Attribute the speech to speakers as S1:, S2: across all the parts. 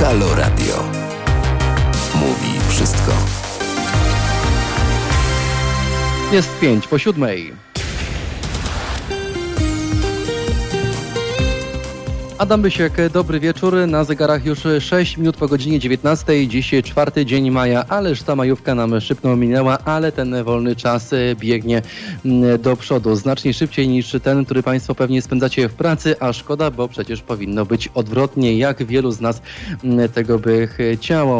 S1: Halo Radio. Mówi wszystko.
S2: Jest 5:07. Adam Bysiek, dobry wieczór. Na zegarach już 6 minut po godzinie 19. Dziś 4 dzień maja, ależ ta majówka nam szybko minęła, ale ten wolny czas biegnie do przodu. Znacznie szybciej niż ten, który Państwo pewnie spędzacie w pracy, a szkoda, bo przecież powinno być odwrotnie, jak wielu z nas tego by chciało.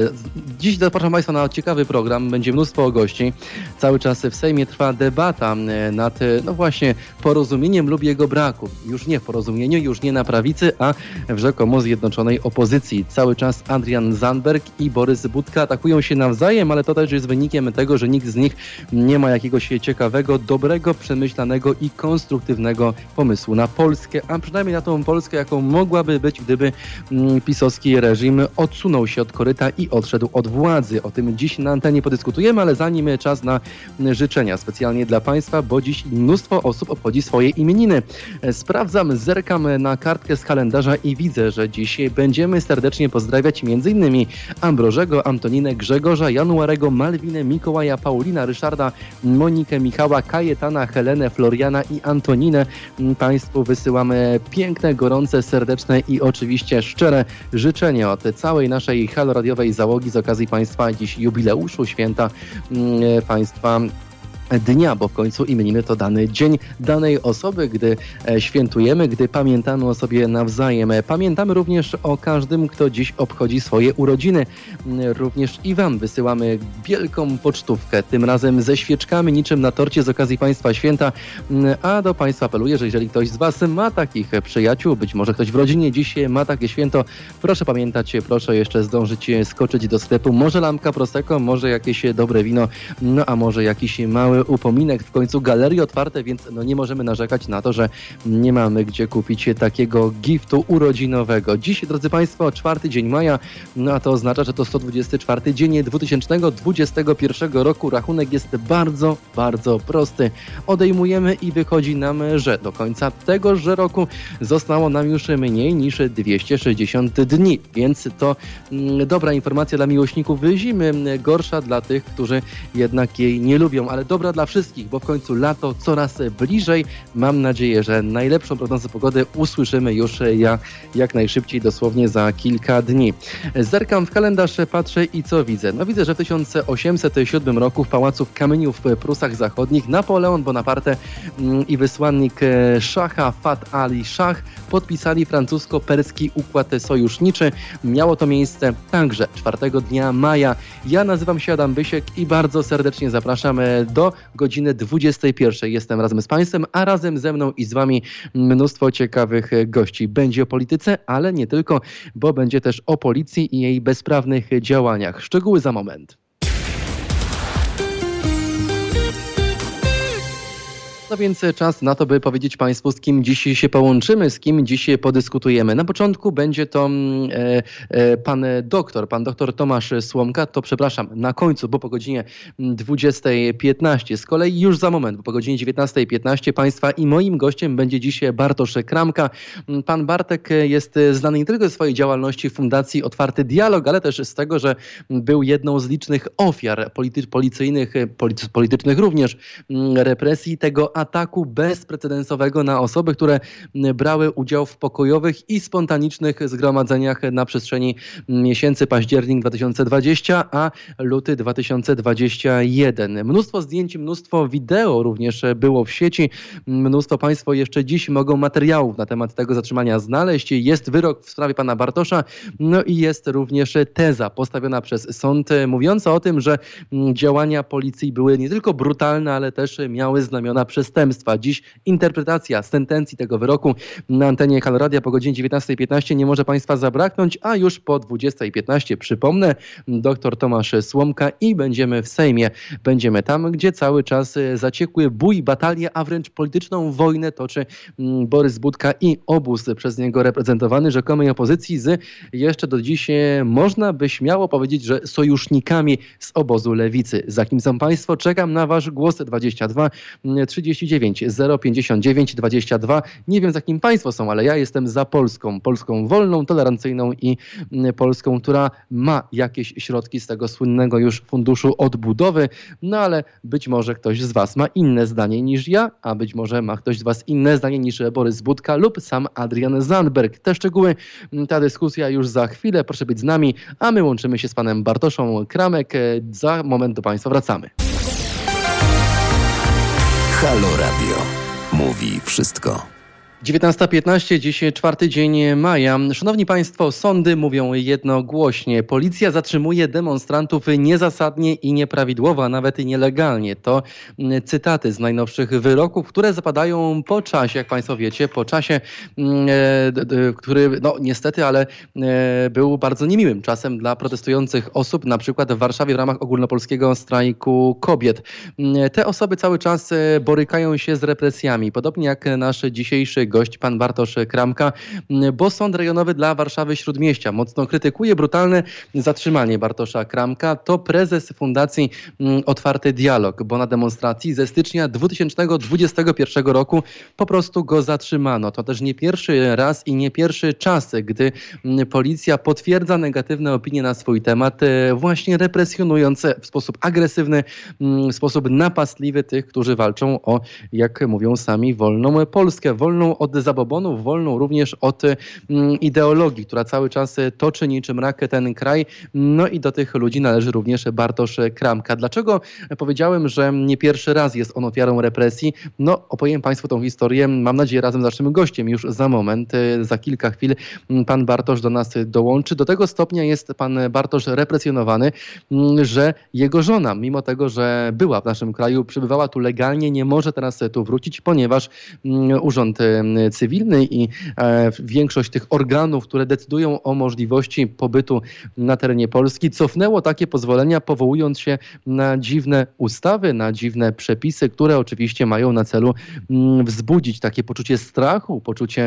S2: Dziś zapraszam Państwa na ciekawy program. Będzie mnóstwo gości. Cały czas w Sejmie trwa debata nad, no właśnie, porozumieniem lub jego braku. Już nie w porozumieniu, już nie na prawicy, a w rzekomo zjednoczonej opozycji. Cały czas Adrian Zandberg i Borys Budka atakują się nawzajem, ale to też jest wynikiem tego, że nikt z nich nie ma jakiegoś ciekawego, dobrego, przemyślanego i konstruktywnego pomysłu na Polskę, a przynajmniej na tą Polskę, jaką mogłaby być, gdyby pisowski reżim odsunął się od koryta i odszedł od władzy. O tym dziś na antenie podyskutujemy, ale zanim czas na życzenia specjalnie dla Państwa, bo dziś mnóstwo osób obchodzi swoje imieniny. Sprawdzam, zerkam na kartkę z kalendarza i widzę, że dzisiaj będziemy serdecznie pozdrawiać m.in. Ambrożego, Antoninę, Grzegorza, Januarego, Malwinę, Mikołaja, Paulina, Ryszarda, Monikę, Michała, Kajetana, Helenę, Floriana i Antoninę. Państwu wysyłamy piękne, gorące, serdeczne i oczywiście szczere życzenia od całej naszej haloradiowej załogi z okazji Państwa dziś jubileuszu, święta Państwa dnia, bo w końcu imieniny to dany dzień danej osoby, gdy świętujemy, gdy pamiętamy o sobie nawzajem. Pamiętamy również o każdym, kto dziś obchodzi swoje urodziny. Również i Wam wysyłamy wielką pocztówkę, tym razem ze świeczkami niczym na torcie z okazji Państwa święta, a do Państwa apeluję, że jeżeli ktoś z Was ma takich przyjaciół, być może ktoś w rodzinie dziś ma takie święto, proszę pamiętać, proszę jeszcze zdążyć skoczyć do sklepu, może lampka Prosecco, może jakieś dobre wino, no a może jakiś mały upominek, w końcu galerie otwarte, więc no nie możemy narzekać na to, że nie mamy gdzie kupić takiego giftu urodzinowego. Dziś, drodzy Państwo, 4 dzień maja, no a to oznacza, że to 124 dzień 2021 roku. Rachunek jest bardzo, bardzo prosty. Odejmujemy i wychodzi nam, że do końca tegoże roku zostało nam już mniej niż 260 dni, więc to dobra informacja dla miłośników zimy, gorsza dla tych, którzy jednak jej nie lubią, ale dobra dla wszystkich, bo w końcu lato coraz bliżej. Mam nadzieję, że najlepszą prognozę pogody usłyszymy już jak najszybciej, dosłownie za kilka dni. Zerkam w kalendarz, patrzę i co widzę? No widzę, że w 1807 roku w Pałacu w Kamieniu w Prusach Zachodnich Napoleon Bonaparte i wysłannik szacha Fath Ali Shah podpisali francusko-perski układ sojuszniczy. Miało to miejsce także 4 dnia maja. Ja nazywam się Adam Bysiek i bardzo serdecznie zapraszam do godziny 21. Jestem razem z Państwem, a razem ze mną i z Wami mnóstwo ciekawych gości. Będzie o polityce, ale nie tylko, bo będzie też o policji i jej bezprawnych działaniach. Szczegóły za moment. No więc czas na to, by powiedzieć Państwu, z kim dziś się połączymy, z kim dziś podyskutujemy. Na początku będzie to pan doktor Tomasz Słomka, to przepraszam, na końcu, bo po godzinie 20:15. Z kolei już za moment, bo po godzinie 19:15 Państwa i moim gościem będzie dziś Bartosz Kramka. Pan Bartek jest znany nie tylko ze swojej działalności w Fundacji Otwarty Dialog, ale też z tego, że był jedną z licznych ofiar politycznych również represji, tego ataku bezprecedensowego na osoby, które brały udział w pokojowych i spontanicznych zgromadzeniach na przestrzeni miesięcy październik 2020, a luty 2021. Mnóstwo zdjęć, mnóstwo wideo również było w sieci. Mnóstwo Państwo jeszcze dziś mogą materiałów na temat tego zatrzymania znaleźć. Jest wyrok w sprawie pana Bartosza, no i jest również teza postawiona przez sąd mówiąca o tym, że działania policji były nie tylko brutalne, ale też miały znamiona przestępstwa. Dziś interpretacja sentencji tego wyroku na antenie Halo Radia po godzinie 19:15 nie może Państwa zabraknąć, a już po 20:15 przypomnę, dr Tomasz Słomka i będziemy w Sejmie. Będziemy tam, gdzie cały czas zaciekły bój, batalię, a wręcz polityczną wojnę toczy Borys Budka i obóz przez niego reprezentowany rzekomej opozycji z jeszcze do dziś można by śmiało powiedzieć, że sojusznikami z obozu lewicy. Za kim są Państwo? Czekam na Wasz głos. 22 30 39 059 22. Nie wiem, z jakim państwo są, ale ja jestem za Polską. Polską wolną, tolerancyjną i Polską, która ma jakieś środki z tego słynnego już funduszu odbudowy. No ale być może ktoś z was ma inne zdanie niż ja, a być może ma ktoś z was inne zdanie niż Borys Budka lub sam Adrian Zandberg. Te szczegóły, ta dyskusja już za chwilę. Proszę być z nami, a my łączymy się z panem Bartoszem Kramek. Za moment do państwa wracamy.
S1: Halo Radio. Mówi wszystko.
S2: 19:15, dzisiaj 4 dzień maja. Szanowni Państwo, sądy mówią jednogłośnie. Policja zatrzymuje demonstrantów niezasadnie i nieprawidłowo, a nawet nielegalnie. To cytaty z najnowszych wyroków, które zapadają po czasie, jak Państwo wiecie, po czasie, który no niestety, ale był bardzo niemiłym czasem dla protestujących osób, na przykład w Warszawie w ramach ogólnopolskiego strajku kobiet. Te osoby cały czas borykają się z represjami, podobnie jak nasz dzisiejszy gość, pan Bartosz Kramka, bo Sąd Rejonowy dla Warszawy Śródmieścia mocno krytykuje brutalne zatrzymanie Bartosza Kramka. To prezes Fundacji Otwarty Dialog, bo na demonstracji ze stycznia 2021 roku po prostu go zatrzymano. To też nie pierwszy raz i nie pierwszy czas, gdy policja potwierdza negatywne opinie na swój temat, właśnie represjonując w sposób agresywny, w sposób napastliwy tych, którzy walczą o, jak mówią sami, wolną Polskę, wolną od zabobonów, wolną również od ideologii, która cały czas toczy niczym rak ten kraj. No i do tych ludzi należy również Bartosz Kramka. Dlaczego powiedziałem, że nie pierwszy raz jest on ofiarą represji? No, opowiem Państwu tą historię, mam nadzieję, razem z naszym gościem już za moment, za kilka chwil pan Bartosz do nas dołączy. Do tego stopnia jest pan Bartosz represjonowany, że jego żona, mimo tego, że była w naszym kraju, przybywała tu legalnie, nie może teraz tu wrócić, ponieważ Urząd Cywilny i większość tych organów, które decydują o możliwości pobytu na terenie Polski, cofnęło takie pozwolenia, powołując się na dziwne ustawy, na dziwne przepisy, które oczywiście mają na celu wzbudzić takie poczucie strachu, poczucie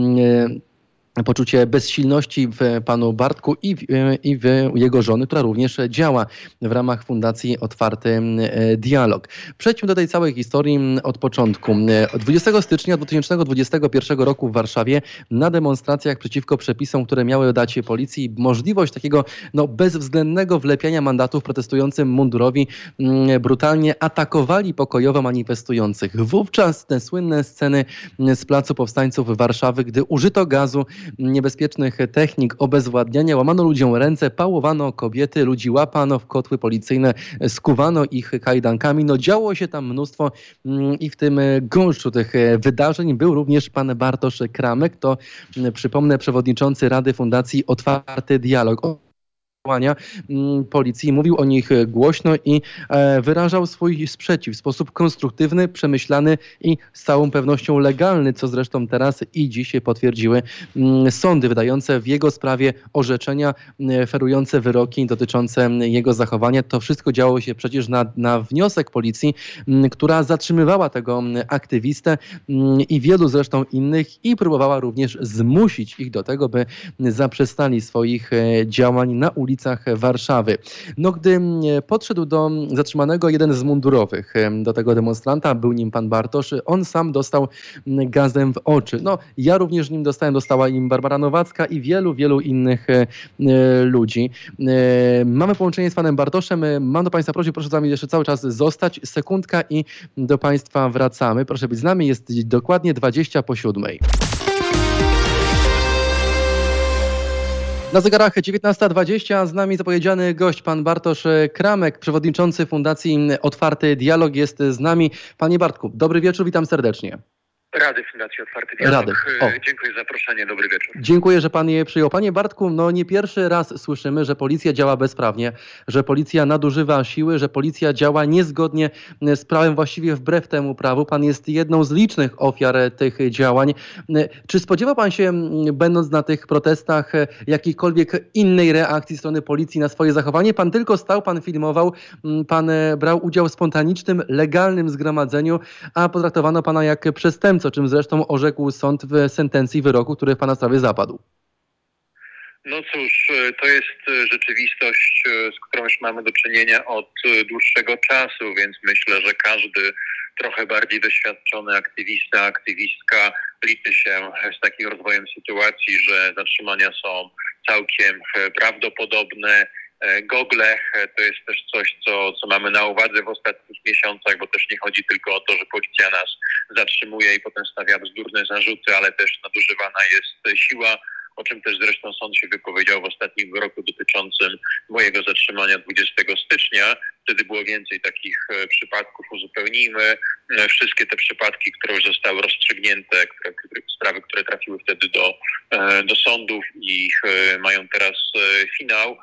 S2: bezsilności w panu Bartku i w jego żony, która również działa w ramach Fundacji Otwarty Dialog. Przejdźmy do tej całej historii od początku. 20 stycznia 2021 roku w Warszawie na demonstracjach przeciwko przepisom, które miały dać policji możliwość takiego bezwzględnego wlepiania mandatów protestującym mundurowi, brutalnie atakowali pokojowo manifestujących. Wówczas te słynne sceny z Placu Powstańców Warszawy, gdy użyto gazu, niebezpiecznych technik obezwładniania, łamano ludziom ręce, pałowano kobiety, ludzi łapano w kotły policyjne, skuwano ich kajdankami. Działo się tam mnóstwo i w tym gąszczu tych wydarzeń był również pan Bartosz Kramek, to przypomnę przewodniczący Rady Fundacji Otwarty Dialog. Policji, mówił o nich głośno i wyrażał swój sprzeciw w sposób konstruktywny, przemyślany i z całą pewnością legalny, co zresztą teraz i dziś potwierdziły sądy wydające w jego sprawie orzeczenia, ferujące wyroki dotyczące jego zachowania. To wszystko działo się przecież na wniosek policji, która zatrzymywała tego aktywistę i wielu zresztą innych i próbowała również zmusić ich do tego, by zaprzestali swoich działań na ulicach Warszawy. Gdy podszedł do zatrzymanego jeden z mundurowych, do tego demonstranta, był nim pan Bartosz, on sam dostał gazem w oczy. Ja również nim dostała im Barbara Nowacka i wielu innych ludzi. Mamy połączenie z panem Bartoszem. Mam do państwa prośbę, proszę z nami jeszcze cały czas zostać. Sekundka i do państwa wracamy. Proszę być z nami, jest dokładnie 7:20. Na zegarach 19:20, z nami zapowiedziany gość, pan Bartosz Kramek, przewodniczący Fundacji Otwarty Dialog jest z nami. Panie Bartku, dobry wieczór, witam serdecznie.
S3: Rady Fundacji Otwarty Dialog. Dziękuję za zaproszenie, dobry wieczór.
S2: Dziękuję, że pan je przyjął. Panie Bartku, nie pierwszy raz słyszymy, że policja działa bezprawnie, że policja nadużywa siły, że policja działa niezgodnie z prawem, właściwie wbrew temu prawu. Pan jest jedną z licznych ofiar tych działań. Czy spodziewa pan się, będąc na tych protestach, jakiejkolwiek innej reakcji strony policji na swoje zachowanie? Pan tylko stał, pan filmował, pan brał udział w spontanicznym, legalnym zgromadzeniu, a potraktowano pana jak przestępcę, o czym zresztą orzekł sąd w sentencji wyroku, który w pana sprawie zapadł.
S3: No cóż, to jest rzeczywistość, z którą już mamy do czynienia od dłuższego czasu, więc myślę, że każdy trochę bardziej doświadczony aktywista, aktywistka liczy się z takim rozwojem sytuacji, że zatrzymania są całkiem prawdopodobne. Gogle to jest też coś, co mamy na uwadze w ostatnich miesiącach, bo też nie chodzi tylko o to, że policja nas zatrzymuje i potem stawia bzdurne zarzuty, ale też nadużywana jest siła, o czym też zresztą sąd się wypowiedział w ostatnim wyroku dotyczącym mojego zatrzymania 20 stycznia. Wtedy było więcej takich przypadków. Uzupełnijmy wszystkie te przypadki, które już zostały rozstrzygnięte, sprawy, które trafiły wtedy do sądów i mają teraz finał,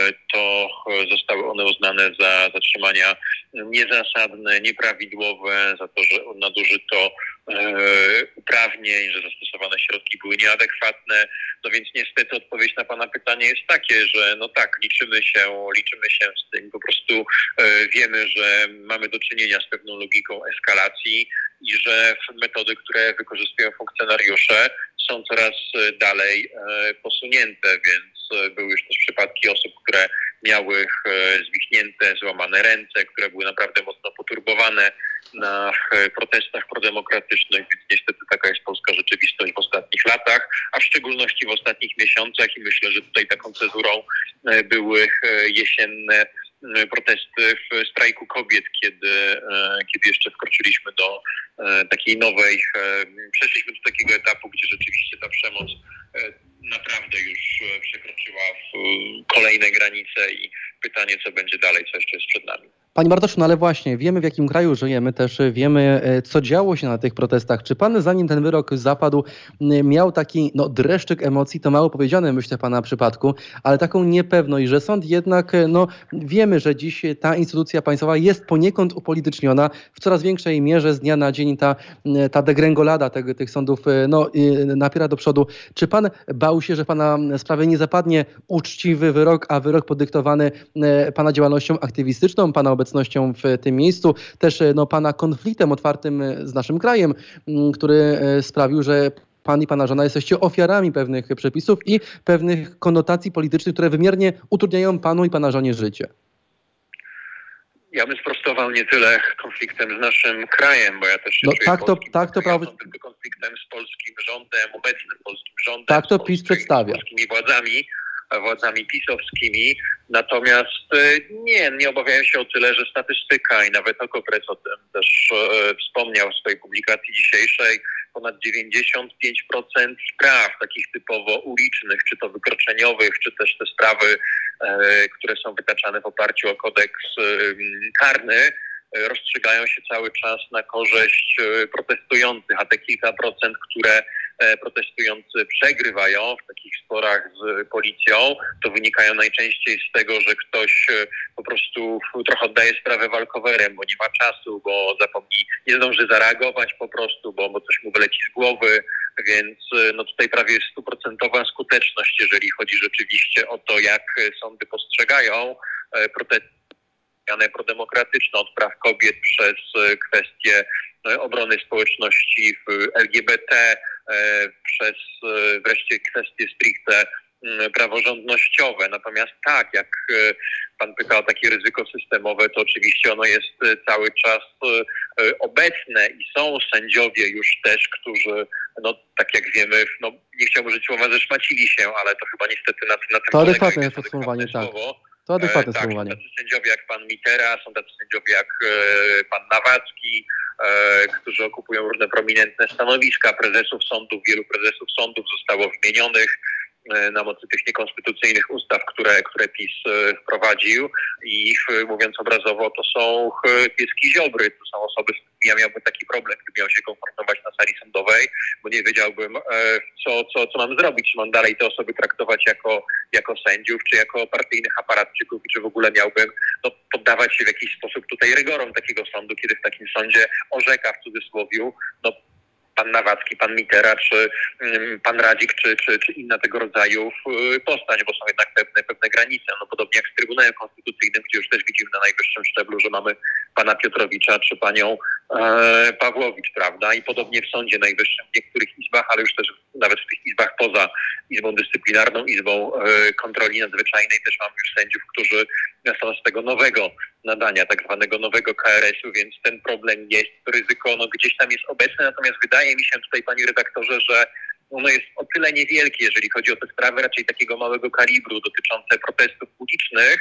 S3: to zostały one uznane za zatrzymania niezasadne, nieprawidłowe, za to, że nadużyto uprawnień, że zastosowane środki były nieadekwatne. No więc niestety odpowiedź na pana pytanie jest takie, że no tak, liczymy się z tym, po prostu wiemy, że mamy do czynienia z pewną logiką eskalacji i że metody, które wykorzystują funkcjonariusze, są coraz dalej posunięte, więc były już też przypadki osób, które miały zwichnięte, złamane ręce, które były naprawdę mocno poturbowane na protestach prodemokratycznych, więc niestety taka jest polska rzeczywistość w ostatnich latach, a w szczególności w ostatnich miesiącach i myślę, że tutaj taką cezurą były jesienne protesty w strajku kobiet, kiedy jeszcze wkroczyliśmy do takiej nowej, przeszliśmy do takiego etapu, gdzie rzeczywiście ta przemoc naprawdę już przekroczyła kolejne granice i pytanie, co będzie dalej, co jeszcze jest przed nami.
S2: Panie Bartoszu, no ale właśnie, wiemy w jakim kraju żyjemy, też wiemy, co działo się na tych protestach. Czy pan, zanim ten wyrok zapadł, miał taki dreszczyk emocji, to mało powiedziane, myślę, w pana przypadku, ale taką niepewność, że sąd jednak, wiemy, że dziś ta instytucja państwowa jest poniekąd upolityczniona, w coraz większej mierze z dnia na dzień ta degrengolada tych sądów napiera do przodu. Czy pan bał się, że pana sprawie nie zapadnie uczciwy wyrok, a wyrok podyktowany pana działalnością aktywistyczną, pana obecnością w tym miejscu, też pana konfliktem otwartym z naszym krajem, który sprawił, że pan i pana żona jesteście ofiarami pewnych przepisów i pewnych konotacji politycznych, które wymiernie utrudniają panu i pana żonie życie?
S3: Ja bym sprostował nie tyle konfliktem z naszym krajem, bo ja też się czuję tylko konfliktem z polskim rządem, obecnym polskim rządem,
S2: tak to PiS przedstawia.
S3: Z polskimi władzami pisowskimi. Natomiast nie obawiają się o tyle, że statystyka i nawet Okopres o tym też wspomniał w swojej publikacji dzisiejszej, ponad 95% spraw takich typowo ulicznych, czy to wykroczeniowych, czy też te sprawy, które są wytaczane w oparciu o kodeks karny, rozstrzygają się cały czas na korzyść protestujących, a te kilka procent, które protestujący przegrywają w takich sporach z policją, to wynikają najczęściej z tego, że ktoś po prostu trochę oddaje sprawę walkowerem, bo nie ma czasu, bo nie zdąży zareagować po prostu, bo coś mu wyleci z głowy, więc tutaj prawie jest 100% skuteczność, jeżeli chodzi rzeczywiście o to, jak sądy postrzegają protesty prodemokratyczne, od praw kobiet przez kwestie obrony społeczności LGBT, przez wreszcie kwestie stricte praworządnościowe. Natomiast tak, jak pan pyta o takie ryzyko systemowe, to oczywiście ono jest cały czas obecne i są sędziowie już też, którzy, tak jak wiemy, nie chciałbym użyć słowa, zeszmacili się, ale to chyba niestety na tym
S2: to adekwatne podsumowanie, tak. To adekwatne sformułowanie.
S3: Są tacy sędziowie jak pan Mitera, są tacy sędziowie jak pan Nawacki, którzy okupują różne prominentne stanowiska wielu prezesów sądów zostało wymienionych na mocy tych niekonstytucyjnych ustaw, które PiS wprowadził i mówiąc obrazowo, to są pieski Ziobry, to są osoby, ja miałbym taki problem, gdybym miał się konfrontować na sali sądowej, bo nie wiedziałbym, co mam zrobić, czy mam dalej te osoby traktować jako sędziów, czy jako partyjnych aparatczyków, czy w ogóle miałbym poddawać się w jakiś sposób tutaj rygorom takiego sądu, kiedy w takim sądzie orzeka w cudzysłowiu pan Nawacki, pan Mitera, czy pan Radzik, czy inna tego rodzaju postać, bo są jednak pewne granice. Podobnie jak z Trybunałem Konstytucyjnym, gdzie już też widzimy na najwyższym szczeblu, że mamy pana Piotrowicza, czy panią Pawłowicz, prawda? I podobnie w Sądzie Najwyższym w niektórych izbach, ale już też nawet w tych izbach poza Izbą Dyscyplinarną Dyscyplinarną Izbą Kontroli Nadzwyczajnej też mamy już sędziów, którzy są z tego nowego nadania, tak zwanego nowego KRS-u, więc ten problem jest, ryzyko gdzieś tam jest obecne, natomiast wydaje mi się tutaj, panie redaktorze, że ono jest o tyle niewielkie, jeżeli chodzi o te sprawy raczej takiego małego kalibru dotyczące protestów ulicznych,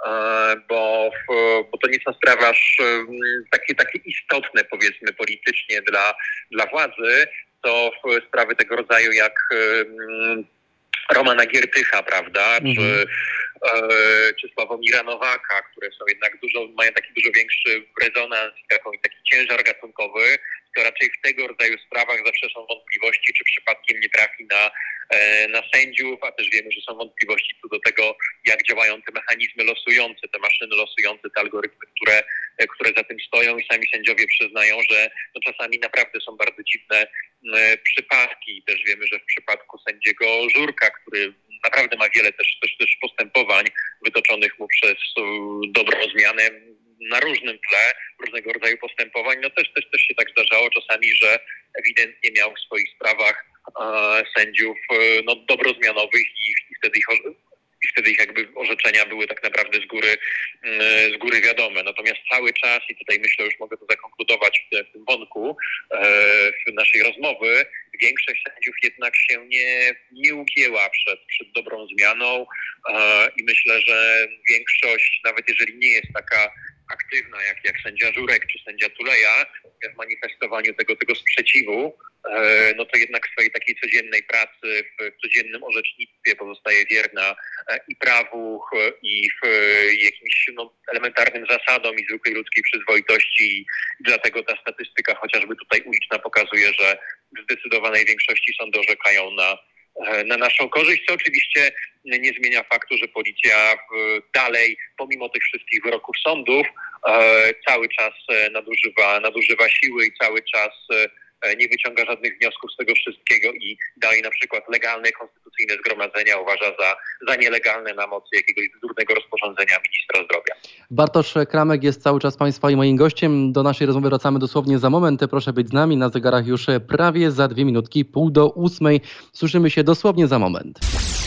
S3: bo to nie są sprawy aż takie istotne, powiedzmy, politycznie dla władzy, to sprawy tego rodzaju jak Romana Giertycha, prawda, czy Sławomira Nowaka, które są jednak mają taki dużo większy rezonans i taki ciężar gatunkowy, to raczej w tego rodzaju sprawach zawsze są wątpliwości, czy przypadkiem nie trafi na sędziów, a też wiemy, że są wątpliwości co do tego, jak działają te mechanizmy losujące, te maszyny losujące, te algorytmy, które za tym stoją, i sami sędziowie przyznają, że czasami naprawdę są bardzo dziwne przypadki. Też wiemy, że w przypadku sędziego Żurka, który naprawdę ma wiele też postępowań wytoczonych mu przez dobrą zmianę na różnym tle, różnego rodzaju postępowań, też się tak zdarzało czasami, że ewidentnie miał w swoich sprawach sędziów dobrozmianowych i wtedy ich jakby orzeczenia były tak naprawdę z góry wiadome. Natomiast cały czas, i tutaj myślę, już mogę to zakonkludować w tym wątku naszej rozmowy, większość sędziów jednak się nie ugięła przed dobrą zmianą i myślę, że większość, nawet jeżeli nie jest taka aktywna jak sędzia Żurek czy sędzia Tuleja w manifestowaniu tego sprzeciwu, to jednak w swojej takiej codziennej pracy, w codziennym orzecznictwie pozostaje wierna i prawu, i w jakimś elementarnym zasadom i zwykłej ludzkiej przyzwoitości. I dlatego ta statystyka, chociażby tutaj uliczna, pokazuje, że w zdecydowanej większości sądy orzekają na naszą korzyść, co oczywiście nie zmienia faktu, że policja dalej, pomimo tych wszystkich wyroków sądów, cały czas nadużywa siły i cały czas nie wyciąga żadnych wniosków z tego wszystkiego i dalej na przykład legalne, konstytucyjne zgromadzenia uważa za nielegalne na mocy jakiegoś bzdurnego rozporządzenia ministra zdrowia.
S2: Bartosz Kramek jest cały czas Państwa i moim gościem. Do naszej rozmowy wracamy dosłownie za moment. Proszę być z nami. Na zegarach już prawie za 2 minutki, 7:30. Słyszymy się dosłownie za moment.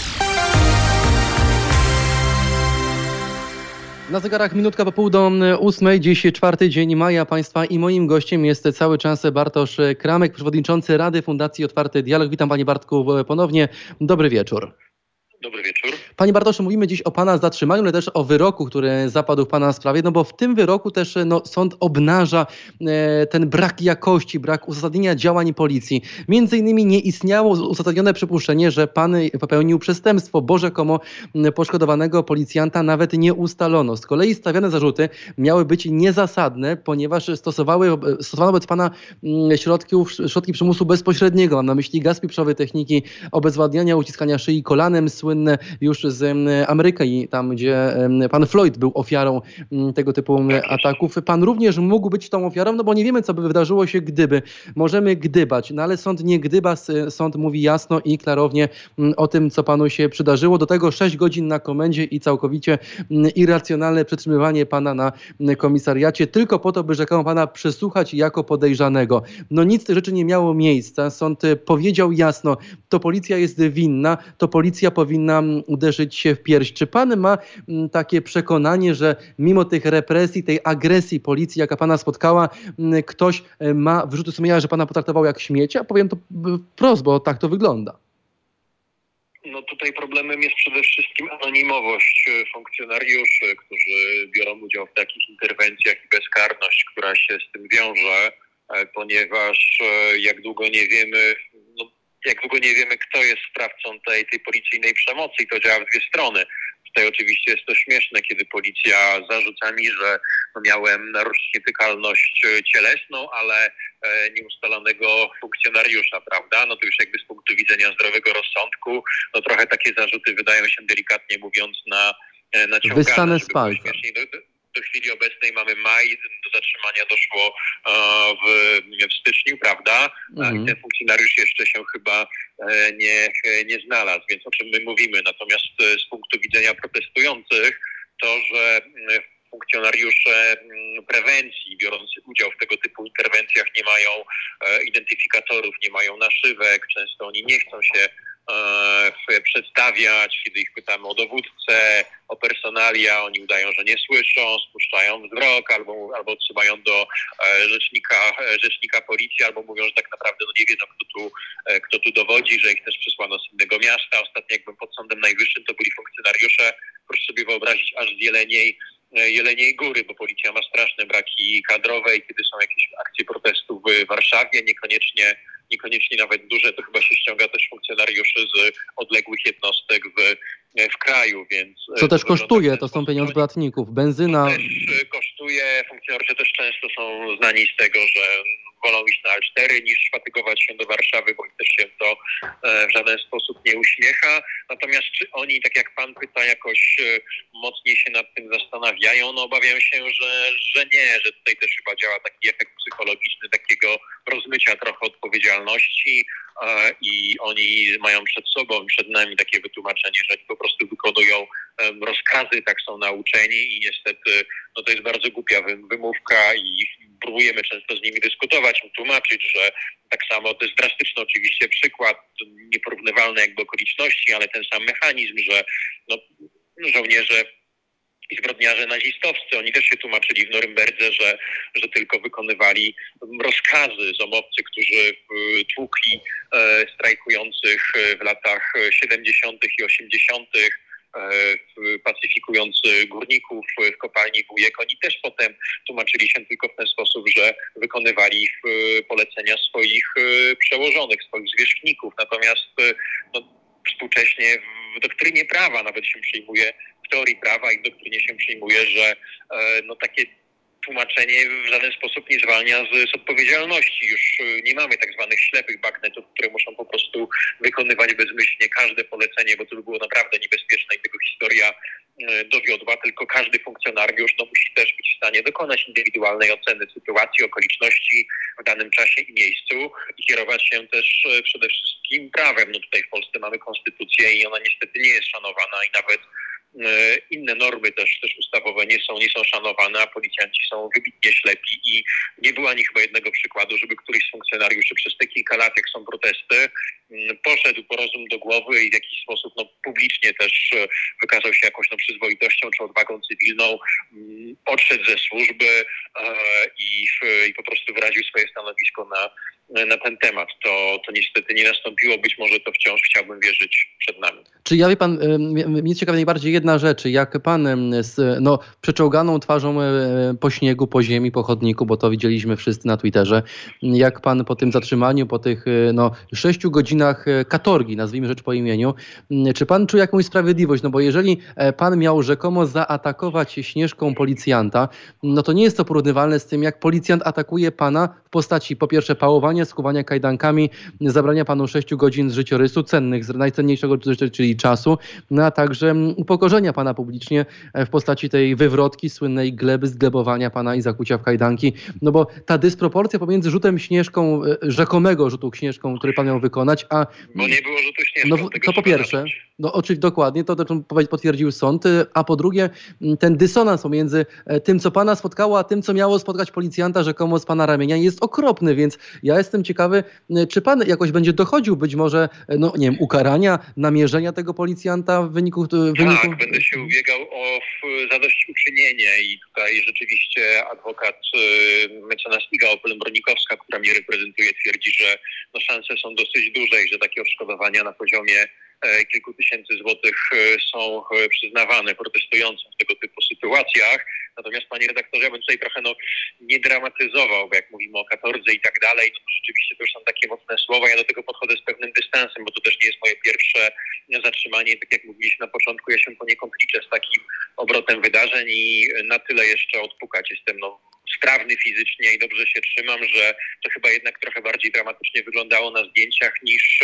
S2: Na zegarach minutka po 7:30, dziś 4 dzień maja. Państwa i moim gościem jest cały czas Bartosz Kramek, przewodniczący Rady Fundacji Otwarty Dialog. Witam panie Bartku ponownie. Dobry wieczór.
S3: Dobry wieczór.
S2: Panie Bartoszu, mówimy dziś o pana zatrzymaniu, ale też o wyroku, który zapadł w pana sprawie, bo w tym wyroku też sąd obnaża ten brak jakości, brak uzasadnienia działań policji. Między innymi nie istniało uzasadnione przypuszczenie, że pan popełnił przestępstwo, bo rzekomo poszkodowanego policjanta nawet nie ustalono. Z kolei stawiane zarzuty miały być niezasadne, ponieważ stosowano wobec pana środki przymusu bezpośredniego. Mam na myśli gaz pieprzowy, techniki obezwładniania, uciskania szyi kolanem, słynne już z Ameryki, tam gdzie pan Floyd był ofiarą tego typu ataków. Pan również mógł być tą ofiarą, bo nie wiemy, co by wydarzyło się, gdyby. Możemy gdybać, ale sąd nie gdyba, sąd mówi jasno i klarownie o tym, co panu się przydarzyło. Do tego 6 godzin na komendzie i całkowicie irracjonalne przetrzymywanie pana na komisariacie, tylko po to, by rzekomo pana przesłuchać jako podejrzanego. Nic z tych rzeczy nie miało miejsca. Sąd powiedział jasno, to policja jest winna, to policja powinna uderzyć się w pierś. Czy pan ma takie przekonanie, że mimo tych represji, tej agresji policji, jaka pana spotkała, ktoś ma wyrzuty sumienia, że pana potraktował jak śmiecia? Powiem to wprost, bo tak to wygląda.
S3: Tutaj problemem jest przede wszystkim anonimowość funkcjonariuszy, którzy biorą udział w takich interwencjach i bezkarność, która się z tym wiąże, ponieważ jak długo nie wiemy, kto jest sprawcą tej policyjnej przemocy, i to działa w dwie strony. Tutaj oczywiście jest to śmieszne, kiedy policja zarzuca mi, że miałem naruszyć nietykalność cielesną, ale nieustalonego funkcjonariusza, prawda? To już jakby z punktu widzenia zdrowego rozsądku, trochę takie zarzuty wydają się, delikatnie mówiąc, naciągane.
S2: Wyssane z palca.
S3: Do chwili obecnej mamy maj, do zatrzymania doszło w styczniu, prawda? I ten funkcjonariusz jeszcze się chyba nie znalazł, więc o czym my mówimy? Natomiast z punktu widzenia protestujących, to, że funkcjonariusze prewencji biorący udział w tego typu interwencjach nie mają identyfikatorów, nie mają naszywek, często oni nie chcą się przedstawiać, kiedy ich pytamy o dowódcę, o personalia, oni udają, że nie słyszą, spuszczają wzrok albo odsyłają do rzecznika policji, albo mówią, że tak naprawdę nie wiedzą, kto tu dowodzi, że ich też przysłano z innego miasta. Ostatnio jak byłem pod Sądem Najwyższym, to byli funkcjonariusze, proszę sobie wyobrazić, aż z Jeleniej Góry, bo policja ma straszne braki kadrowe i kiedy są jakieś akcje protestu w Warszawie, niekoniecznie nawet duże, to chyba się ściąga też funkcjonariuszy z odległych jednostek w kraju, więc...
S2: Co też kosztuje, to są pieniądze podatników, benzyna...
S3: To też kosztuje, funkcjonariusze też często są znani z tego, że wolą iść na A4 niż fatygować się do Warszawy, bo im też się to w żaden sposób nie uśmiecha. Natomiast czy oni, tak jak pan pyta, jakoś mocniej się nad tym zastanawiają? No obawiam się, że nie, że tutaj też chyba działa taki efekt psychologiczny takiego rozmycia trochę odpowiedzialności i oni mają przed sobą, przed nami takie wytłumaczenie, że oni po prostu wykonują rozkazy, tak są nauczeni i niestety no to jest bardzo głupia wymówka i próbujemy często z nimi dyskutować, tłumaczyć, że tak samo, to jest drastyczny oczywiście przykład, nieporównywalne jakby okoliczności, ale ten sam mechanizm, że żołnierze i zbrodniarze nazistowscy, oni też się tłumaczyli w Norymberdze, że tylko wykonywali rozkazy zomowcy, którzy tłukli strajkujących w latach 70. i 80., pacyfikując górników w kopalni Wujek. Oni też potem tłumaczyli się tylko w ten sposób, że wykonywali polecenia swoich przełożonych, swoich zwierzchników. Natomiast współcześnie w doktrynie prawa nawet się przyjmuje, w teorii prawa i w doktrynie się przyjmuje, że takie tłumaczenie w żaden sposób nie zwalnia z odpowiedzialności. Już nie mamy tak zwanych ślepych bagnetów, które muszą po prostu wykonywać bezmyślnie każde polecenie, bo to by było naprawdę niebezpieczne i tego historia dowiodła, tylko każdy funkcjonariusz musi też być w stanie dokonać indywidualnej oceny sytuacji, okoliczności w danym czasie i miejscu i kierować się też przede wszystkim prawem. Tutaj w Polsce mamy konstytucję i ona niestety nie jest szanowana i nawet inne normy też ustawowe nie są szanowane, a policjanci są wybitnie ślepi i nie było ani chyba jednego przykładu, żeby któryś z funkcjonariuszy przez te kilka lat, jak są protesty, poszedł po rozum do głowy i w jakiś sposób publicznie też wykazał się jakąś przyzwoitością czy odwagą cywilną, odszedł ze służby i po prostu wyraził swoje stanowisko na ten temat. To niestety nie nastąpiło, być może to wciąż chciałbym wierzyć przed nami.
S2: Czy ja, wie pan, mnie ciekawi najbardziej jedna rzecz, jak pan z przeczołganą twarzą po śniegu, po ziemi, po chodniku, bo to widzieliśmy wszyscy na Twitterze, jak pan po tym zatrzymaniu, po tych 6 godzinach katorgi, nazwijmy rzecz po imieniu, czy pan czuje jakąś sprawiedliwość? No bo jeżeli pan miał rzekomo zaatakować Śnieżką policjanta, no to nie jest to porównywalne z tym, jak policjant atakuje pana w postaci po pierwsze pałowania, skuwania kajdankami, zabrania panu 6 godzin z życiorysu, najcenniejszego, czyli czasu, a także upokorzenia pana publicznie w postaci tej wywrotki, słynnej gleby, zglebowania pana i zakucia w kajdanki. No bo ta dysproporcja pomiędzy rzutem Śnieżką, rzekomego rzutu Śnieżką, który pan miał wykonać, a...
S3: Bo nie było rzutu Śnieżką.
S2: To po pierwsze, oczywiście dokładnie, to potwierdził sąd, a po drugie ten dysonans pomiędzy tym, co pana spotkało, a tym, co miało spotkać policjanta rzekomo z pana ramienia, jest okropny, więc ja jestem ciekawy, czy pan jakoś będzie dochodził być może, nie wiem, ukarania, namierzenia tego policjanta w wyniku...
S3: Tak, będę się ubiegał o zadośćuczynienie i tutaj rzeczywiście adwokat mecenas Iga Opel-Mronikowska, która mnie reprezentuje, twierdzi, że szanse są dosyć duże i że takie odszkodowania na poziomie kilku tysięcy złotych są przyznawane protestującym w tego typu sytuacjach. Natomiast, panie redaktorze, ja bym tutaj trochę nie dramatyzował, bo jak mówimy o katordze i tak dalej, to rzeczywiście to już są takie mocne słowa. Ja do tego podchodzę z pewnym dystansem, bo to też nie jest moje pierwsze zatrzymanie. Tak jak mówiliśmy na początku, ja się poniekąd liczę z takim obrotem wydarzeń i na tyle jeszcze odpukać. Jestem sprawny fizycznie i dobrze się trzymam, że to chyba jednak trochę bardziej dramatycznie wyglądało na zdjęciach niż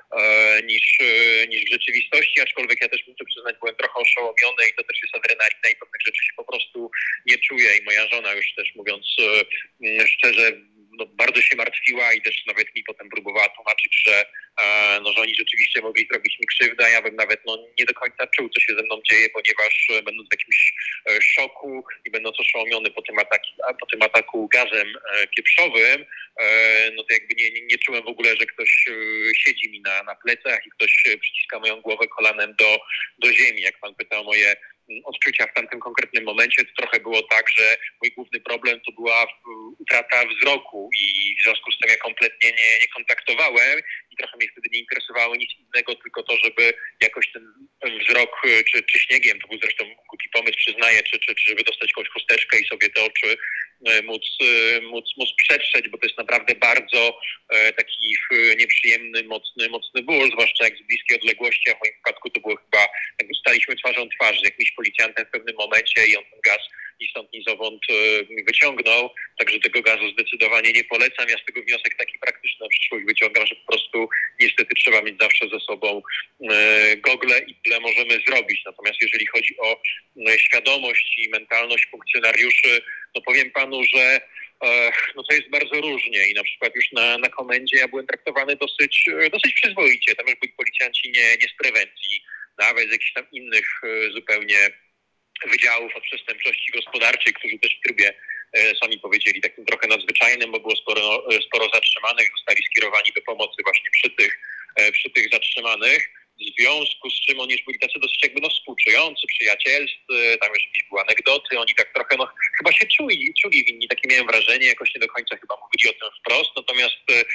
S3: w rzeczywistości, aczkolwiek ja też muszę przyznać, byłem trochę oszołomiony i to też jest adrenalina i pewnych rzeczy się po prostu nie czuję i moja żona już też, mówiąc szczerze, bardzo się martwiła i też nawet mi potem próbowała tłumaczyć, że oni rzeczywiście mogli zrobić mi krzywdę, a ja bym nawet nie do końca czuł, co się ze mną dzieje, ponieważ będąc w jakimś szoku i będąc oszołomiony po tym ataku gazem pieprzowym, to jakby nie czułem w ogóle, że ktoś siedzi mi na plecach i ktoś przyciska moją głowę kolanem do ziemi. Jak pan pyta o moje odczucia w tamtym konkretnym momencie, to trochę było tak, że mój główny problem to była utrata wzroku i w związku z tym ja kompletnie nie kontaktowałem i trochę mnie wtedy nie interesowało nic innego, tylko to, żeby jakoś ten wzrok, czy śniegiem, to był zresztą głupi pomysł, przyznaję, czy żeby dostać jakąś chusteczkę i sobie te oczy móc przetrzeć, bo to jest naprawdę bardzo taki nieprzyjemny, mocny ból, zwłaszcza jak z bliskiej odległości, a w moim przypadku to było chyba, jakby staliśmy twarzą w twarz z jakimś policjantem w pewnym momencie i on ten gaz ni stąd ni zowąd wyciągnął, także tego gazu zdecydowanie nie polecam. Ja z tego wniosek taki praktyczny na przyszłość wyciągam, że po prostu niestety trzeba mieć zawsze ze sobą gogle i tyle możemy zrobić. Natomiast jeżeli chodzi o świadomość i mentalność funkcjonariuszy, powiem panu, że to jest bardzo różnie i na przykład już na komendzie ja byłem traktowany dosyć przyzwoicie. Tam już byli policjanci nie z prewencji, nawet z jakichś tam innych zupełnie wydziałów od przestępczości gospodarczej, którzy też w trybie, sami powiedzieli, takim trochę nadzwyczajnym, bo było sporo zatrzymanych, zostali skierowani do pomocy właśnie przy tych zatrzymanych. W związku z czym oni już byli tacy dosyć jakby współczujący, przyjacielscy, tam już jakieś były anegdoty, oni tak trochę chyba się czuli winni, takie miałem wrażenie, jakoś nie do końca chyba mówili o tym wprost, natomiast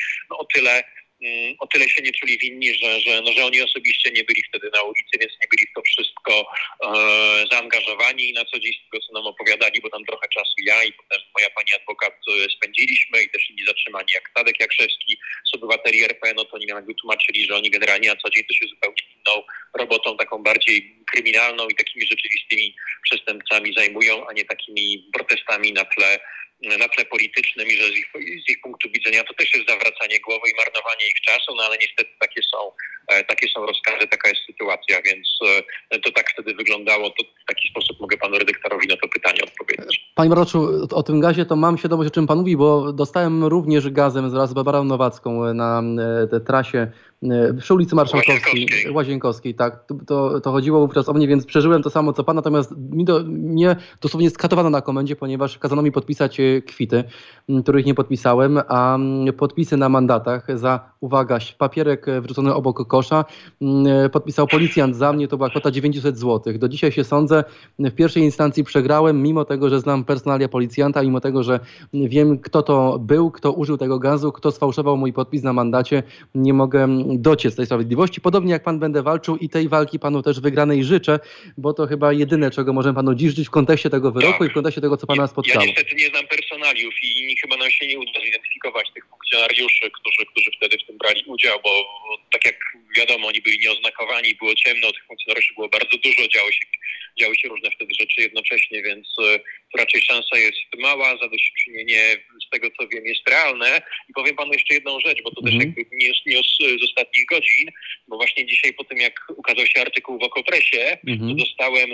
S3: o tyle się nie czuli winni, że oni osobiście nie byli wtedy na ulicy, więc nie byli w to wszystko zaangażowani i na co dzień z tego, co nam opowiadali, bo tam trochę czasu ja i potem moja pani adwokat spędziliśmy i też inni zatrzymani, jak Tadek Jakrzewski z obywateli RP, to oni nam jakby tłumaczyli, że oni generalnie na co dzień to się zupełnie inną robotą, taką bardziej kryminalną i takimi rzeczywistymi przestępcami zajmują, a nie takimi protestami na tle politycznym i że z ich punktu widzenia to też jest zawracanie głowy i marnowanie ich czasu, ale niestety takie są rozkazy, taka jest sytuacja, więc to tak wtedy wyglądało, to w taki sposób mogę panu redaktorowi na to pytanie odpowiedzieć.
S2: Panie Bartoszu, o tym gazie to mam świadomość, o czym pan mówi, bo dostałem również gazem wraz z Barbarą Nowacką na trasie przy ulicy Marszałkowskiej, Łazienkowskiej, tak. To chodziło wówczas o mnie, więc przeżyłem to samo co pan, natomiast mnie dosłownie skatowano na komendzie, ponieważ kazano mi podpisać kwity, których nie podpisałem, a podpisy na mandatach za, uwaga, papierek wrzucony obok kosza podpisał policjant za mnie, to była kwota 900 zł. Do dzisiaj się sądzę, w pierwszej instancji przegrałem, mimo tego, że znam personalia policjanta, mimo tego, że wiem, kto to był, kto użył tego gazu, kto sfałszował mój podpis na mandacie, nie mogę dociec tej sprawiedliwości. Podobnie jak pan będę walczył i tej walki panu też wygranej życzę, bo to chyba jedyne, czego możemy panu dziś życzyć w kontekście tego wyroku i w kontekście tego, co pana spotkało.
S3: Ja niestety nie znam personaliów i chyba nam się nie uda zidentyfikować tych funkcjonariuszy, którzy wtedy w tym brali udział, bo tak jak wiadomo, oni byli nieoznakowani, było ciemno, tych funkcjonariuszy było bardzo dużo, działy się różne wtedy rzeczy jednocześnie, więc raczej szansa jest mała, zadośćuczynienie z tego, co wiem, jest realne. I powiem panu jeszcze jedną rzecz, bo to też jakby news z ostatnich godzin, bo właśnie dzisiaj po tym, jak ukazał się artykuł w Okopresie, to dostałem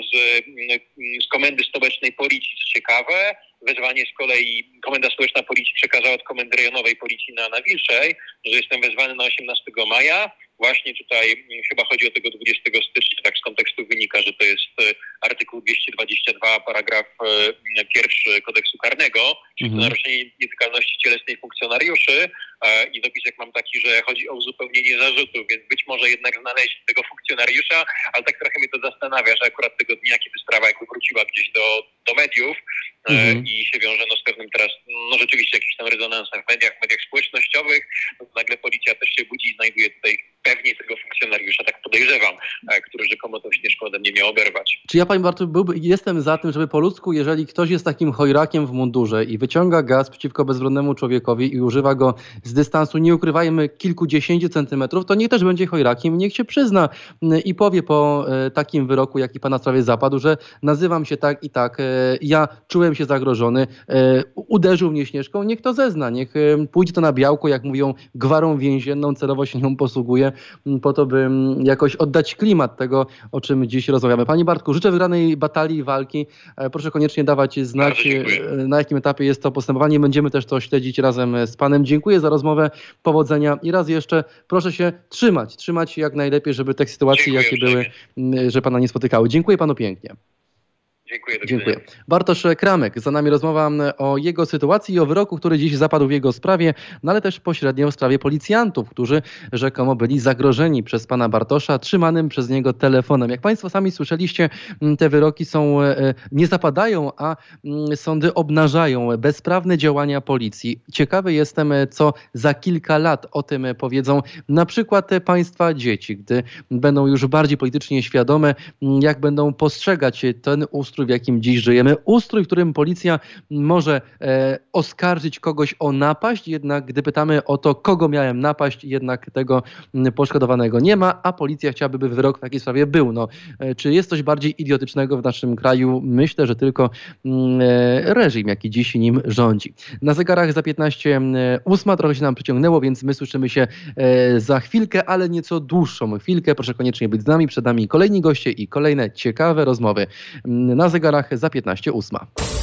S3: z Komendy Stołecznej Policji, co ciekawe, wezwanie z kolei Komenda Stołeczna Policji przekazała od Komendy Rejonowej Policji na Wilczej, że jestem wezwany na 18 maja. Właśnie tutaj chyba chodzi o tego 20 stycznia, tak z kontekstu wynika, że to jest artykuł 222, paragraf 1 kodeksu karnego, czyli to naruszenie nietykalności cielesnej funkcjonariuszy i dopisek mam taki, że chodzi o uzupełnienie zarzutów, więc być może jednak znaleźć tego funkcjonariusza, ale tak trochę mnie to zastanawia, że akurat tego dnia, kiedy sprawa jakby wróciła gdzieś do mediów i się wiąże z pewnym teraz, rzeczywiście jakimś tam rezonansem w mediach społecznościowych, nagle policja też się budzi i znajduje tutaj pewnie tego funkcjonariusza, tak podejrzewam, który rzekomo tą śnieżką ode mnie miał oberwać.
S2: Czy ja, panie Bartu, jestem za tym, żeby po ludzku, jeżeli ktoś jest takim chojrakiem w mundurze i wyciąga gaz przeciwko bezbronnemu człowiekowi i używa go z dystansu, nie ukrywajmy, kilkudziesięciu centymetrów, to niech też będzie chojrakiem, niech się przyzna i powie po takim wyroku, jaki pana sprawie zapadł, że nazywam się tak i tak, ja czułem się zagrożony, uderzył mnie śnieżką, niech to zezna, niech pójdzie to na białko, jak mówią, gwarą więzienną, celowo się nią posługuje, po to, by jakoś oddać klimat klimat tego, o czym dziś rozmawiamy. Panie Bartku, życzę wygranej batalii, walki. Proszę koniecznie dawać znać, na jakim etapie jest to postępowanie. Będziemy też to śledzić razem z panem. Dziękuję za rozmowę, powodzenia i raz jeszcze proszę się trzymać jak najlepiej, żeby te sytuacje, jakie były, że pana nie spotykały. Dziękuję panu pięknie.
S3: Dziękuję.
S2: Bartosz Kramek, za nami rozmowa o jego sytuacji i o wyroku, który dziś zapadł w jego sprawie, ale też pośrednio w sprawie policjantów, którzy rzekomo byli zagrożeni przez pana Bartosza trzymanym przez niego telefonem. Jak państwo sami słyszeliście, te wyroki nie zapadają, a sądy obnażają bezprawne działania policji. Ciekawy jestem, co za kilka lat o tym powiedzą na przykład państwa dzieci, gdy będą już bardziej politycznie świadome, jak będą postrzegać ten ustrój, w jakim dziś żyjemy. Ustrój, w którym policja może oskarżyć kogoś o napaść, jednak gdy pytamy o to, kogo miałem napaść, jednak tego poszkodowanego nie ma, a policja chciałaby, by wyrok w takiej sprawie był. Czy jest coś bardziej idiotycznego w naszym kraju? Myślę, że tylko reżim, jaki dziś nim rządzi. Na zegarach za 15:08, trochę się nam przyciągnęło, więc my słyszymy się za chwilkę, ale nieco dłuższą chwilkę. Proszę koniecznie być z nami, przed nami kolejni goście i kolejne ciekawe rozmowy. Na zegarach za 15:08.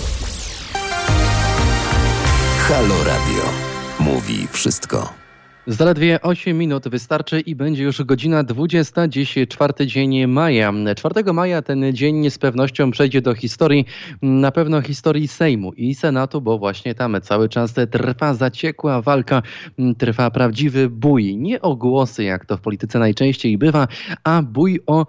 S1: Halo Radio. Mówi wszystko.
S2: Zaledwie 8 minut wystarczy i będzie już godzina 20, dziś 4 dzień maja. 4 maja ten dzień z pewnością przejdzie do historii, na pewno historii Sejmu i Senatu, bo właśnie tam cały czas trwa zaciekła walka, trwa prawdziwy bój. Nie o głosy, jak to w polityce najczęściej bywa, a bój o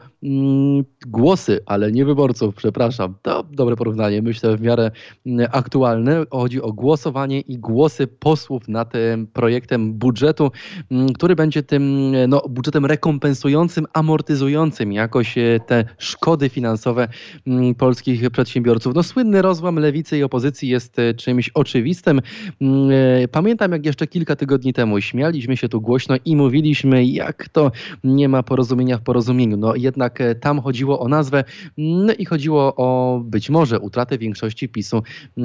S2: głosy, ale nie wyborców, przepraszam. To dobre porównanie, myślę w miarę aktualne. Chodzi o głosowanie i głosy posłów nad tym projektem budżetu, który będzie tym budżetem rekompensującym, amortyzującym jakoś te szkody finansowe polskich przedsiębiorców. Słynny rozłam lewicy i opozycji jest czymś oczywistym. Pamiętam, jak jeszcze kilka tygodni temu śmialiśmy się tu głośno i mówiliśmy, jak to nie ma porozumienia w porozumieniu. Jednak tam chodziło o nazwę i chodziło o być może utratę większości PiS-u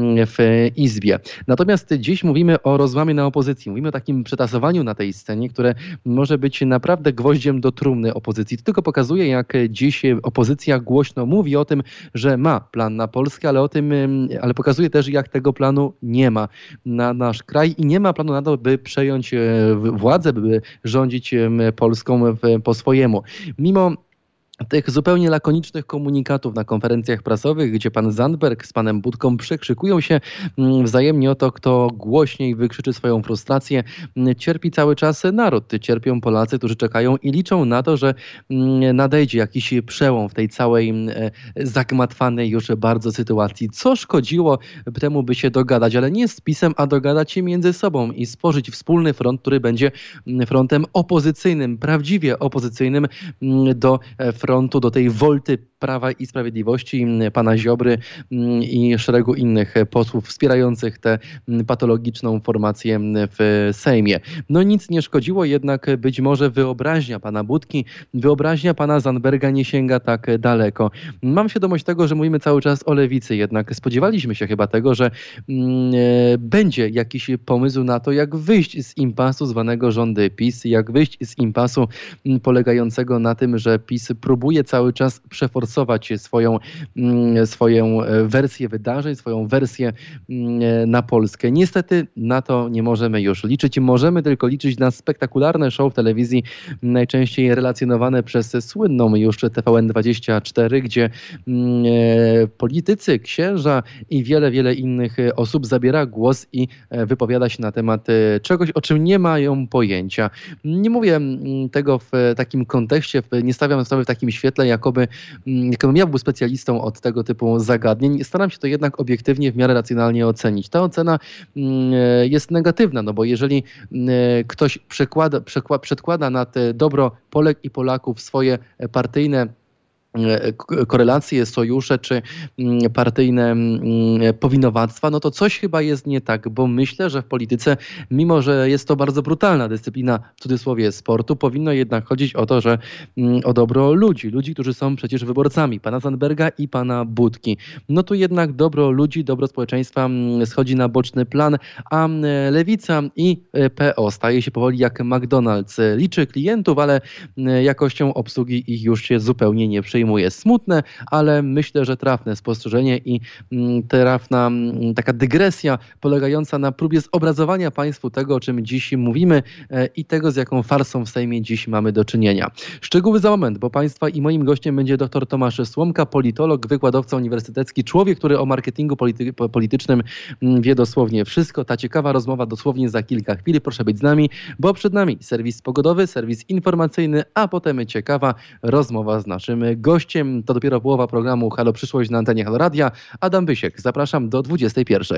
S2: w Izbie. Natomiast dziś mówimy o rozłamie na opozycji. Mówimy o takim przetasowaniu na tej scenie, które może być naprawdę gwoździem do trumny opozycji. To tylko pokazuje, jak dziś opozycja głośno mówi o tym, że ma plan na Polskę, ale pokazuje też, jak tego planu nie ma na nasz kraj i nie ma planu na to, by przejąć władzę, by rządzić Polską po swojemu. Mimo tych zupełnie lakonicznych komunikatów na konferencjach prasowych, gdzie pan Zandberg z panem Budką przekrzykują się wzajemnie o to, kto głośniej wykrzyczy swoją frustrację, cierpi cały czas naród. Cierpią Polacy, którzy czekają i liczą na to, że nadejdzie jakiś przełom w tej całej zagmatwanej już bardzo sytuacji. Co szkodziło temu, by się dogadać, ale nie z PiS-em, a dogadać się między sobą i stworzyć wspólny front, który będzie frontem opozycyjnym, prawdziwie opozycyjnym do frontu, do tej wolty Prawa i Sprawiedliwości, pana Ziobry i szeregu innych posłów wspierających tę patologiczną formację w Sejmie. Nic nie szkodziło, jednak być może wyobraźnia pana Budki, wyobraźnia pana Zandberga nie sięga tak daleko. Mam świadomość tego, że mówimy cały czas o lewicy, jednak spodziewaliśmy się chyba tego, że będzie jakiś pomysł na to, jak wyjść z impasu zwanego rządy PiS, jak wyjść z impasu polegającego na tym, że PiS próbuje cały czas przeforsować swoją wersję wydarzeń, swoją wersję na Polskę. Niestety na to nie możemy już liczyć. Możemy tylko liczyć na spektakularne show w telewizji, najczęściej relacjonowane przez słynną już TVN24, gdzie politycy, księża i wiele innych osób zabiera głos i wypowiada się na temat czegoś, o czym nie mają pojęcia. Nie mówię tego w takim kontekście, nie stawiam sprawy w takim świetle, jakobym ja był specjalistą od tego typu zagadnień. Staram się to jednak obiektywnie, w miarę racjonalnie ocenić. Ta ocena jest negatywna, bo jeżeli ktoś przedkłada nad dobro Polek i Polaków swoje partyjne korelacje, sojusze czy partyjne powinowactwa, no to coś chyba jest nie tak, bo myślę, że w polityce, mimo że jest to bardzo brutalna dyscyplina, w cudzysłowie, sportu, powinno jednak chodzić o to, że o dobro ludzi, którzy są przecież wyborcami pana Zandberga i pana Budki. No tu jednak dobro ludzi, dobro społeczeństwa schodzi na boczny plan, a Lewica i PO staje się powoli jak McDonald's. Liczy klientów, ale jakością obsługi ich już się zupełnie nie przejmuje. Smutne, ale myślę, że trafne spostrzeżenie i trafna taka dygresja polegająca na próbie zobrazowania Państwu tego, o czym dziś mówimy i tego, z jaką farsą w Sejmie dziś mamy do czynienia. Szczegóły za moment, bo Państwa i moim gościem będzie dr Tomasz Słomka, politolog, wykładowca uniwersytecki, człowiek, który o marketingu politycznym wie dosłownie wszystko. Ta ciekawa rozmowa dosłownie za kilka chwil. Proszę być z nami, bo przed nami serwis pogodowy, serwis informacyjny, a potem ciekawa rozmowa z naszym gościem. To dopiero połowa programu Halo Przyszłość na antenie Halo Radia. Adam Bysiek, zapraszam do 21.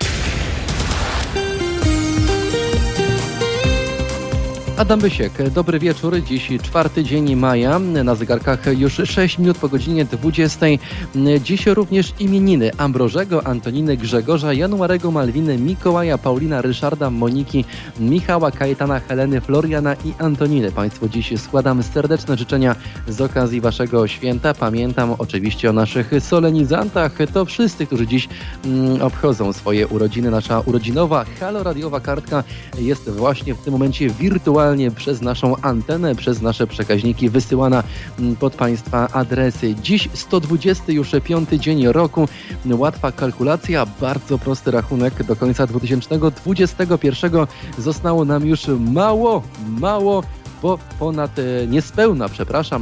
S2: Adam Bysiek, dobry wieczór. Dziś 4 dzień maja, na zegarkach już 6 minut po godzinie 20. Dziś również imieniny Ambrożego, Antoniny, Grzegorza, Januarego, Malwiny, Mikołaja, Paulina, Ryszarda, Moniki, Michała, Kajetana, Heleny, Floriana i Antoniny. Państwu dziś składam serdeczne życzenia z okazji waszego święta. Pamiętam oczywiście o naszych solenizantach. To wszyscy, którzy dziś obchodzą swoje urodziny. Nasza urodzinowa, haloradiowa kartka jest właśnie w tym momencie wirtualnie przez naszą antenę, przez nasze przekaźniki wysyłana pod Państwa adresy. Dziś 125 dzień roku. Łatwa kalkulacja, bardzo prosty rachunek. Do końca 2021 zostało nam już mało, bo ponad niespełna,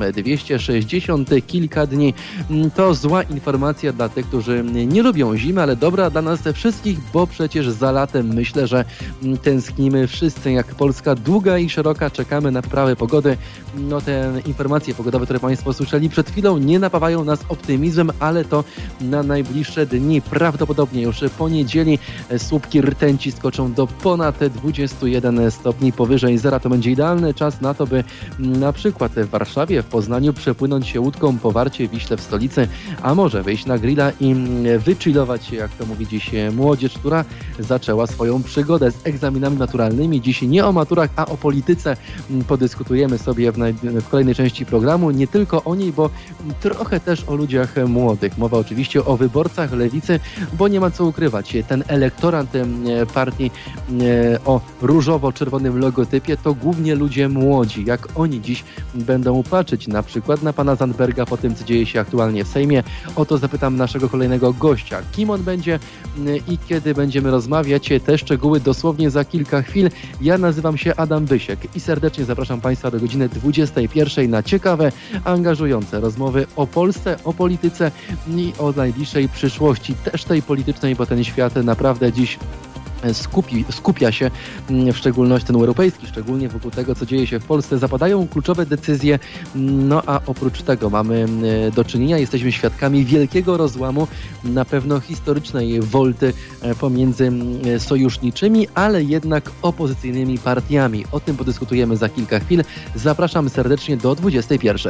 S2: 260 kilka dni. To zła informacja dla tych, którzy nie lubią zimy, ale dobra dla nas wszystkich, bo przecież za latem myślę, że tęsknimy wszyscy jak Polska długa i szeroka. Czekamy na poprawę pogody. No te informacje pogodowe, które Państwo słyszeli przed chwilą, nie napawają nas optymizmem, ale to na najbliższe dni. Prawdopodobnie już po niedzieli słupki rtęci skoczą do ponad 21 stopni powyżej zera. To będzie idealny czas na to, by na przykład w Warszawie, w Poznaniu przepłynąć się łódką po Warcie, Wiśle w stolicy, a może wyjść na grilla i wychillować się, jak to mówi dziś młodzież, która zaczęła swoją przygodę z egzaminami maturalnymi. Dziś nie o maturach, a o polityce podyskutujemy sobie w kolejnej części programu. Nie tylko o niej, bo trochę też o ludziach młodych. Mowa oczywiście o wyborcach lewicy, bo nie ma co ukrywać. Ten elektorat partii o różowo-czerwonym logotypie to głównie ludzie młodzi. Jak oni dziś będą patrzeć na przykład na pana Zandberga po tym, co dzieje się aktualnie w Sejmie? O to zapytam naszego kolejnego gościa. Kim on będzie i kiedy będziemy rozmawiać? Te szczegóły dosłownie za kilka chwil. Ja nazywam się Adam Bysiek i serdecznie zapraszam Państwa do godziny 21 na ciekawe, angażujące rozmowy o Polsce, o polityce i o najbliższej przyszłości, też tej politycznej, bo ten świat naprawdę dziś skupia się, w szczególności ten europejski, szczególnie wokół tego, co dzieje się w Polsce. Zapadają kluczowe decyzje, no a oprócz tego mamy do czynienia, jesteśmy świadkami wielkiego rozłamu, na pewno historycznej wolty pomiędzy sojuszniczymi, ale jednak opozycyjnymi partiami. O tym podyskutujemy za kilka chwil. Zapraszam serdecznie do 21.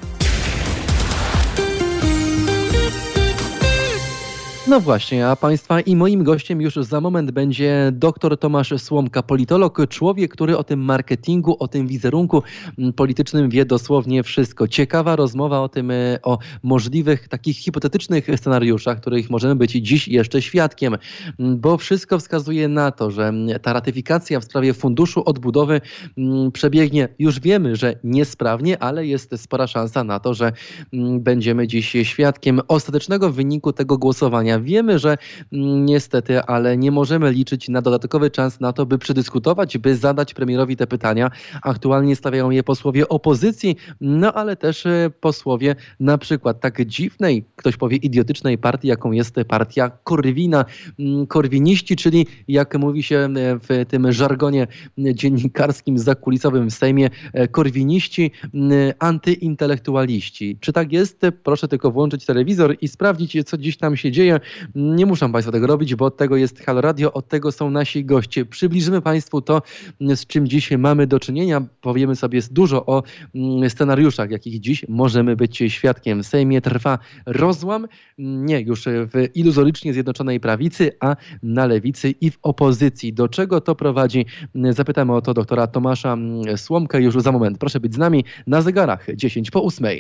S2: No właśnie, a Państwa i moim gościem już za moment będzie dr Tomasz Słomka, politolog, człowiek, który o tym marketingu, o tym wizerunku politycznym wie dosłownie wszystko. Ciekawa rozmowa o tym, o możliwych takich hipotetycznych scenariuszach, których możemy być dziś jeszcze świadkiem, bo wszystko wskazuje na to, że ta ratyfikacja w sprawie Funduszu Odbudowy przebiegnie, już wiemy, że niesprawnie, ale jest spora szansa na to, że będziemy dziś świadkiem ostatecznego wyniku tego głosowania. Wiemy, że niestety, ale nie możemy liczyć na dodatkowy czas na to, by przedyskutować, by zadać premierowi te pytania. Aktualnie stawiają je posłowie opozycji, no ale też posłowie na przykład tak dziwnej, ktoś powie idiotycznej partii, jaką jest partia Korwina. Korwiniści, czyli jak mówi się w tym żargonie dziennikarskim, zakulisowym w Sejmie, korwiniści, antyintelektualiści. Czy tak jest? Proszę tylko włączyć telewizor i sprawdzić, co dziś tam się dzieje. Nie muszą Państwo tego robić, bo od tego jest Halo Radio, od tego są nasi goście. Przybliżymy Państwu to, z czym dziś mamy do czynienia. Powiemy sobie dużo o scenariuszach, jakich dziś możemy być świadkiem. W Sejmie trwa rozłam, nie już w iluzorycznie Zjednoczonej Prawicy, a na lewicy i w opozycji. Do czego to prowadzi? Zapytamy o to doktora Tomasza Słomkę już za moment. Proszę być z nami na zegarach 7:50.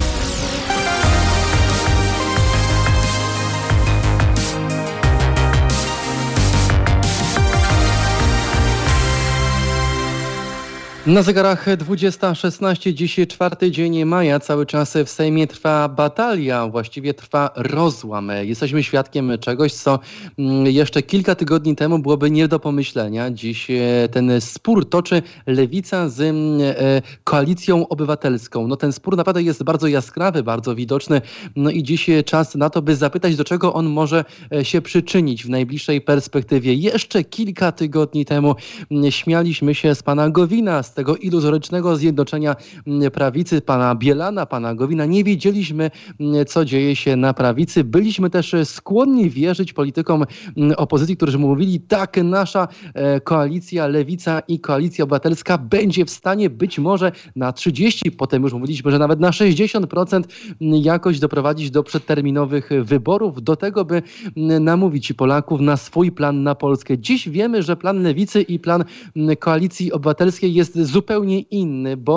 S2: Na zegarach 20:16, dziś 4 dzień maja, cały czas w Sejmie trwa batalia, właściwie trwa rozłam. Jesteśmy świadkiem czegoś, co jeszcze kilka tygodni temu byłoby nie do pomyślenia. Dziś ten spór toczy Lewica z Koalicją Obywatelską. No ten spór naprawdę jest bardzo jaskrawy, bardzo widoczny. No i dziś czas na to, by zapytać, do czego on może się przyczynić w najbliższej perspektywie. Jeszcze kilka tygodni temu śmialiśmy się z pana Gowina, z tego iluzorycznego zjednoczenia prawicy, pana Bielana, pana Gowina. Nie wiedzieliśmy, co dzieje się na prawicy. Byliśmy też skłonni wierzyć politykom opozycji, którzy mówili, tak, nasza koalicja, Lewica i Koalicja Obywatelska będzie w stanie być może na 30%, potem już mówiliśmy, że nawet na 60% jakoś doprowadzić do przedterminowych wyborów, do tego, by namówić Polaków na swój plan na Polskę. Dziś wiemy, że plan Lewicy i plan Koalicji Obywatelskiej jest zupełnie inny, bo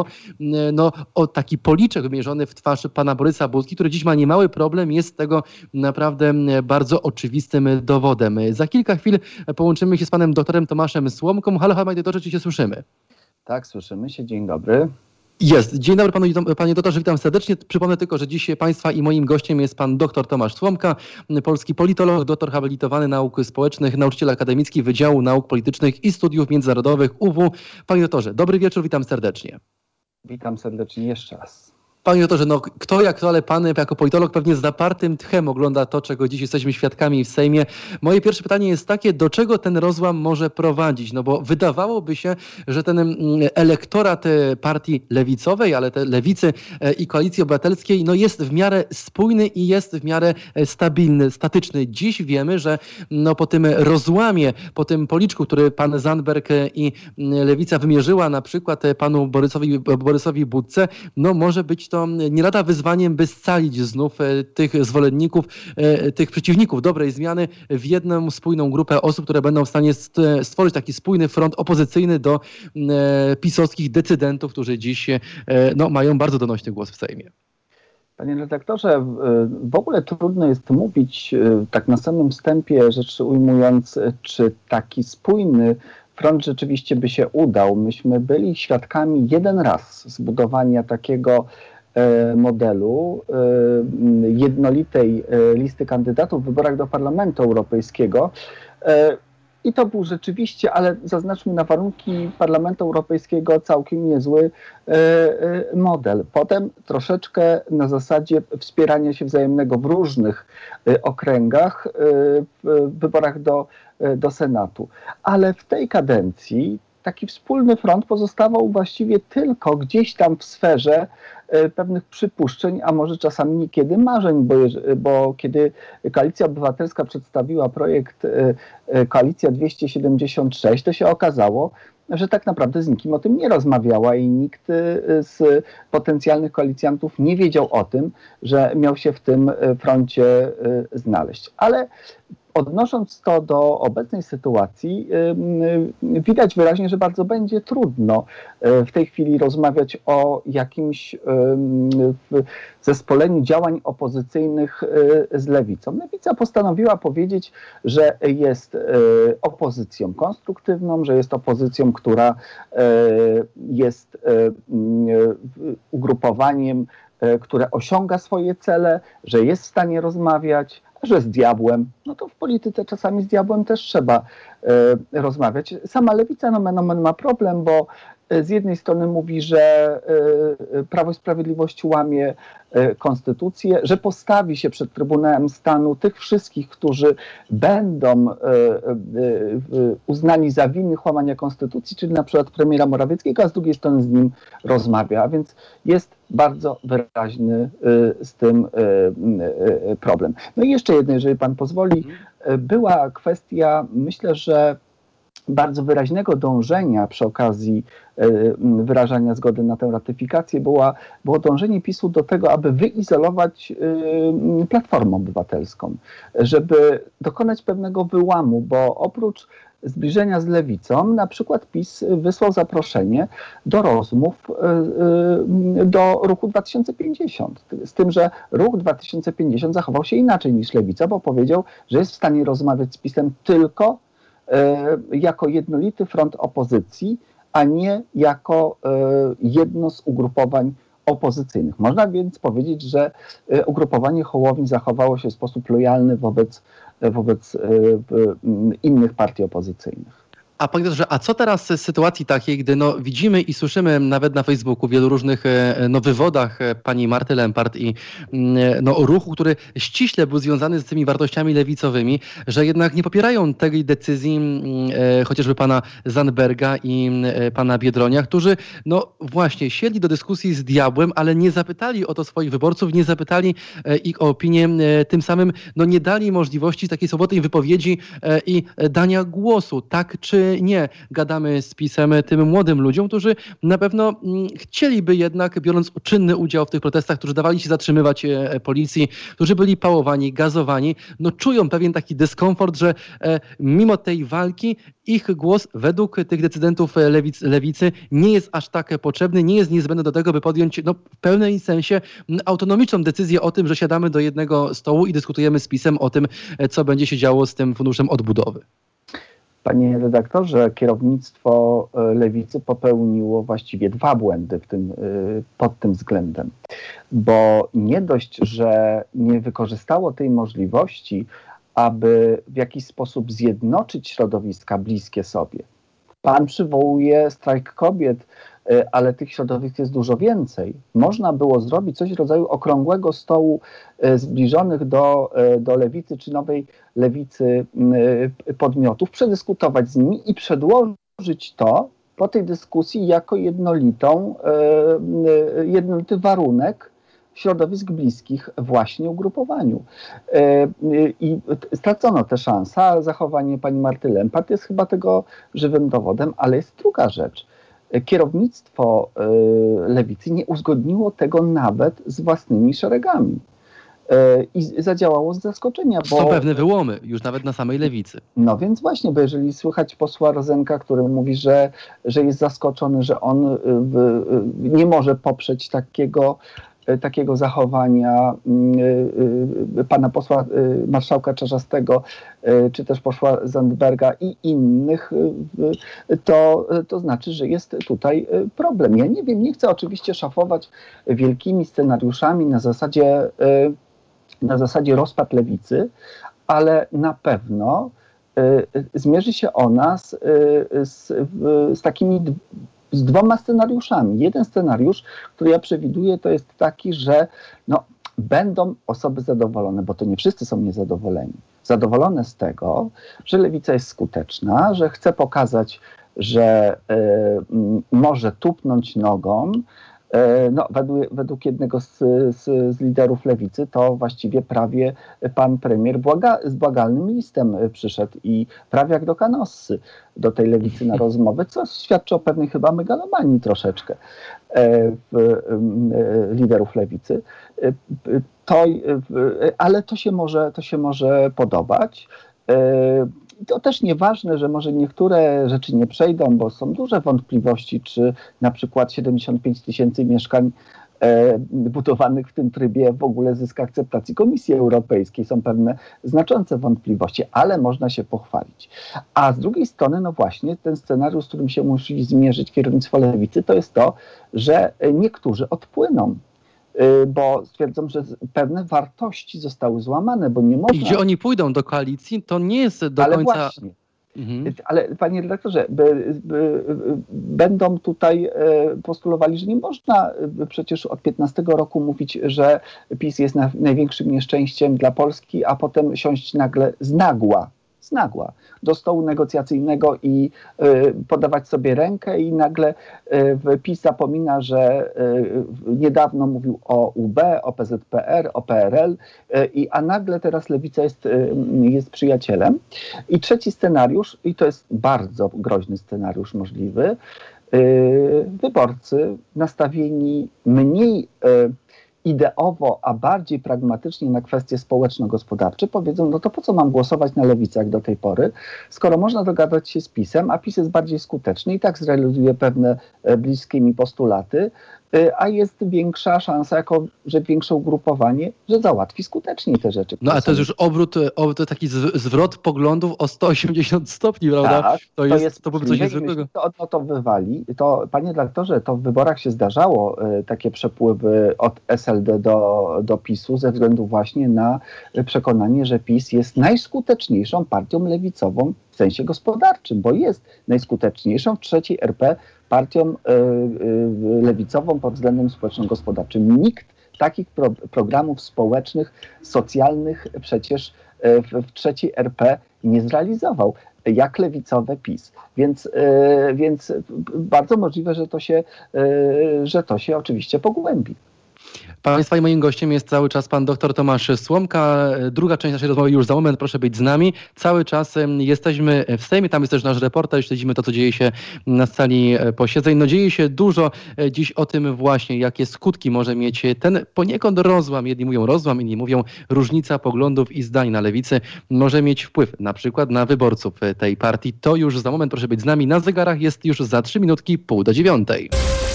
S2: taki policzek wymierzony w twarz pana Borysa Budki, który dziś ma niemały problem, jest tego naprawdę bardzo oczywistym dowodem. Za kilka chwil połączymy się z panem doktorem Tomaszem Słomką. Halo, panie doktorze, czy się słyszymy?
S4: Tak, słyszymy się. Dzień dobry.
S2: Jest. Dzień dobry panie doktorze, witam serdecznie. Przypomnę tylko, że dziś państwa i moim gościem jest pan dr Tomasz Słomka, polski politolog, doktor habilitowany nauk społecznych, nauczyciel akademicki Wydziału Nauk Politycznych i Studiów Międzynarodowych UW. Panie doktorze, dobry wieczór, witam serdecznie.
S4: Witam serdecznie jeszcze raz.
S2: Panie doktorze, kto jak to, ale pan jako politolog pewnie z zapartym tchem ogląda to, czego dziś jesteśmy świadkami w Sejmie. Moje pierwsze pytanie jest takie, do czego ten rozłam może prowadzić? No bo wydawałoby się, że ten elektorat partii lewicowej, ale te Lewicy i Koalicji Obywatelskiej jest w miarę spójny i jest w miarę stabilny, statyczny. Dziś wiemy, że po tym rozłamie, po tym policzku, który pan Zandberg i Lewica wymierzyła na przykład panu Borysowi Budce, może być to nie lada wyzwaniem, by scalić znów tych zwolenników, tych przeciwników dobrej zmiany w jedną spójną grupę osób, które będą w stanie stworzyć taki spójny front opozycyjny do pisowskich decydentów, którzy dziś mają bardzo donośny głos w Sejmie.
S4: Panie redaktorze, w ogóle trudno jest mówić, tak na samym wstępie rzeczy ujmując, czy taki spójny front rzeczywiście by się udał. Myśmy byli świadkami jeden raz zbudowania takiego modelu jednolitej listy kandydatów w wyborach do Parlamentu Europejskiego. I to był rzeczywiście, ale zaznaczmy na warunki Parlamentu Europejskiego, całkiem niezły model. Potem troszeczkę na zasadzie wspierania się wzajemnego w różnych okręgach w wyborach do Senatu. Ale w tej kadencji taki wspólny front pozostawał właściwie tylko gdzieś tam w sferze pewnych przypuszczeń, a może czasami niekiedy marzeń, bo kiedy Koalicja Obywatelska przedstawiła projekt Koalicja 276, to się okazało, że tak naprawdę z nikim o tym nie rozmawiała i nikt z potencjalnych koalicjantów nie wiedział o tym, że miał się w tym froncie znaleźć. Ale odnosząc to do obecnej sytuacji, widać wyraźnie, że bardzo będzie trudno w tej chwili rozmawiać o jakimś zespoleniu działań opozycyjnych z Lewicą. Lewica postanowiła powiedzieć, że jest opozycją konstruktywną, że jest opozycją, która jest ugrupowaniem, które osiąga swoje cele, że jest w stanie rozmawiać, że z diabłem, to w polityce czasami z diabłem też trzeba rozmawiać. Sama Lewica nomen omen ma problem, bo z jednej strony mówi, że Prawo i Sprawiedliwość łamie konstytucję, że postawi się przed Trybunałem Stanu tych wszystkich, którzy będą uznani za winnych łamania konstytucji, czyli na przykład premiera Morawieckiego, a z drugiej strony z nim rozmawia. A więc jest bardzo wyraźny z tym problem. No i jeszcze jedno, jeżeli pan pozwoli, była kwestia, myślę, że bardzo wyraźnego dążenia przy okazji wyrażania zgody na tę ratyfikację było dążenie PiS-u do tego, aby wyizolować Platformę Obywatelską, żeby dokonać pewnego wyłamu, bo oprócz zbliżenia z lewicą, na przykład PiS wysłał zaproszenie do rozmów do Ruchu 2050. Z tym, że Ruch 2050 zachował się inaczej niż lewica, bo powiedział, że jest w stanie rozmawiać z PiS-em tylko jako jednolity front opozycji, a nie jako jedno z ugrupowań opozycyjnych. Można więc powiedzieć, że ugrupowanie Hołowni zachowało się w sposób lojalny wobec innych partii opozycyjnych.
S2: A panie doktorze, a co teraz z sytuacji takiej, gdy widzimy i słyszymy nawet na Facebooku w wielu różnych wywodach pani Marty Lempart i ruchu, który ściśle był związany z tymi wartościami lewicowymi, że jednak nie popierają tej decyzji chociażby pana Zandberga i pana Biedronia, którzy właśnie siedli do dyskusji z diabłem, ale nie zapytali o to swoich wyborców, nie zapytali ich o opinię, tym samym nie dali możliwości takiej swobodnej wypowiedzi i dania głosu, tak czy nie. Gadamy z PiS-em tym młodym ludziom, którzy na pewno chcieliby jednak, biorąc czynny udział w tych protestach, którzy dawali się zatrzymywać policji, którzy byli pałowani, gazowani, czują pewien taki dyskomfort, że mimo tej walki ich głos według tych decydentów lewicy nie jest aż tak potrzebny, nie jest niezbędny do tego, by podjąć w pełnym sensie autonomiczną decyzję o tym, że siadamy do jednego stołu i dyskutujemy z PiS-em o tym, co będzie się działo z tym funduszem odbudowy.
S4: Panie redaktorze, kierownictwo lewicy popełniło właściwie dwa błędy pod tym względem, bo nie dość, że nie wykorzystało tej możliwości, aby w jakiś sposób zjednoczyć środowiska bliskie sobie. Pan przywołuje strajk kobiet, ale tych środowisk jest dużo więcej. Można było zrobić coś w rodzaju okrągłego stołu zbliżonych do lewicy czy nowej lewicy podmiotów, przedyskutować z nimi i przedłożyć to po tej dyskusji jako jednolity warunek środowisk bliskich właśnie ugrupowaniu. I stracono tę szansę, a zachowanie pani Marty Lempart jest chyba tego żywym dowodem, ale jest druga rzecz. Kierownictwo lewicy nie uzgodniło tego nawet z własnymi szeregami. I zadziałało z zaskoczenia.
S2: Są pewne wyłomy już nawet na samej lewicy.
S4: No więc właśnie, bo jeżeli słychać posła Rozenka, który mówi, że jest zaskoczony, że on nie może poprzeć takiego zachowania pana posła marszałka Czarzastego, czy też posła Zandberga i innych, to znaczy, że jest tutaj problem. Ja nie wiem, nie chcę oczywiście szafować wielkimi scenariuszami na zasadzie rozpad lewicy, ale na pewno zmierzy się ona z dwoma scenariuszami. Jeden scenariusz, który ja przewiduję, to jest taki, że będą osoby zadowolone, bo to nie wszyscy są niezadowoleni. Zadowolone z tego, że lewica jest skuteczna, że chce pokazać, że może tupnąć nogą. Według jednego z liderów lewicy to właściwie prawie pan premier z błagalnym listem przyszedł i prawie jak do Canossy do tej lewicy na rozmowę, co świadczy o pewnej chyba megalomanii troszeczkę liderów lewicy. Ale to się może podobać. To też nieważne, że może niektóre rzeczy nie przejdą, bo są duże wątpliwości, czy na przykład 75 000 mieszkań budowanych w tym trybie w ogóle zyska akceptacji Komisji Europejskiej. Są pewne znaczące wątpliwości, ale można się pochwalić. A z drugiej strony, właśnie ten scenariusz, z którym się musi zmierzyć kierownictwo lewicy, to jest to, że niektórzy odpłyną, bo stwierdzą, że pewne wartości zostały złamane, bo nie można...
S2: I gdzie oni pójdą do koalicji, to nie jest do
S4: ale
S2: końca...
S4: Właśnie. Ale panie redaktorze, będą tutaj postulowali, że nie można przecież od 15 roku mówić, że PiS jest największym nieszczęściem dla Polski, a potem siąść nagle z nagła do stołu negocjacyjnego i podawać sobie rękę i nagle PiS zapomina, że niedawno mówił o UB, o PZPR, o PRL, a nagle teraz Lewica jest przyjacielem. I trzeci scenariusz, i to jest bardzo groźny scenariusz możliwy, wyborcy nastawieni mniej ideowo, a bardziej pragmatycznie na kwestie społeczno-gospodarcze powiedzą, no to po co mam głosować na lewicę jak do tej pory, skoro można dogadać się z PiS-em, a PiS jest bardziej skuteczny i tak zrealizuje pewne bliskie mi postulaty, a jest większa szansa, że większe ugrupowanie, że załatwi skuteczniej te rzeczy.
S2: No a to jest już to taki zwrot poglądów o 180 stopni, prawda?
S4: Tak,
S2: to byłoby coś niezwykłego.
S4: To odnotowywali. To, panie redaktorze, to w wyborach się zdarzało takie przepływy od SLD do PiS-u ze względu właśnie na przekonanie, że PiS jest najskuteczniejszą partią lewicową w sensie gospodarczym, bo jest najskuteczniejszą w trzeciej RP partią lewicową pod względem społeczno-gospodarczym. Nikt takich programów społecznych, socjalnych przecież w trzeciej RP nie zrealizował, jak lewicowe PiS. Więc bardzo możliwe, że to się oczywiście pogłębi.
S2: Państwa i moim gościem jest cały czas pan dr Tomasz Słomka. Druga część naszej rozmowy już za moment, proszę być z nami. Cały czas jesteśmy w Sejmie, tam jest też nasz reporter, śledzimy to, co dzieje się na sali posiedzeń. No dzieje się dużo dziś o tym właśnie, jakie skutki może mieć ten poniekąd rozłam, jedni mówią rozłam, inni mówią różnica poglądów i zdań na lewicy, może mieć wpływ na przykład na wyborców tej partii. To już za moment, proszę być z nami. Na zegarach jest już za 3 minutki 8:30.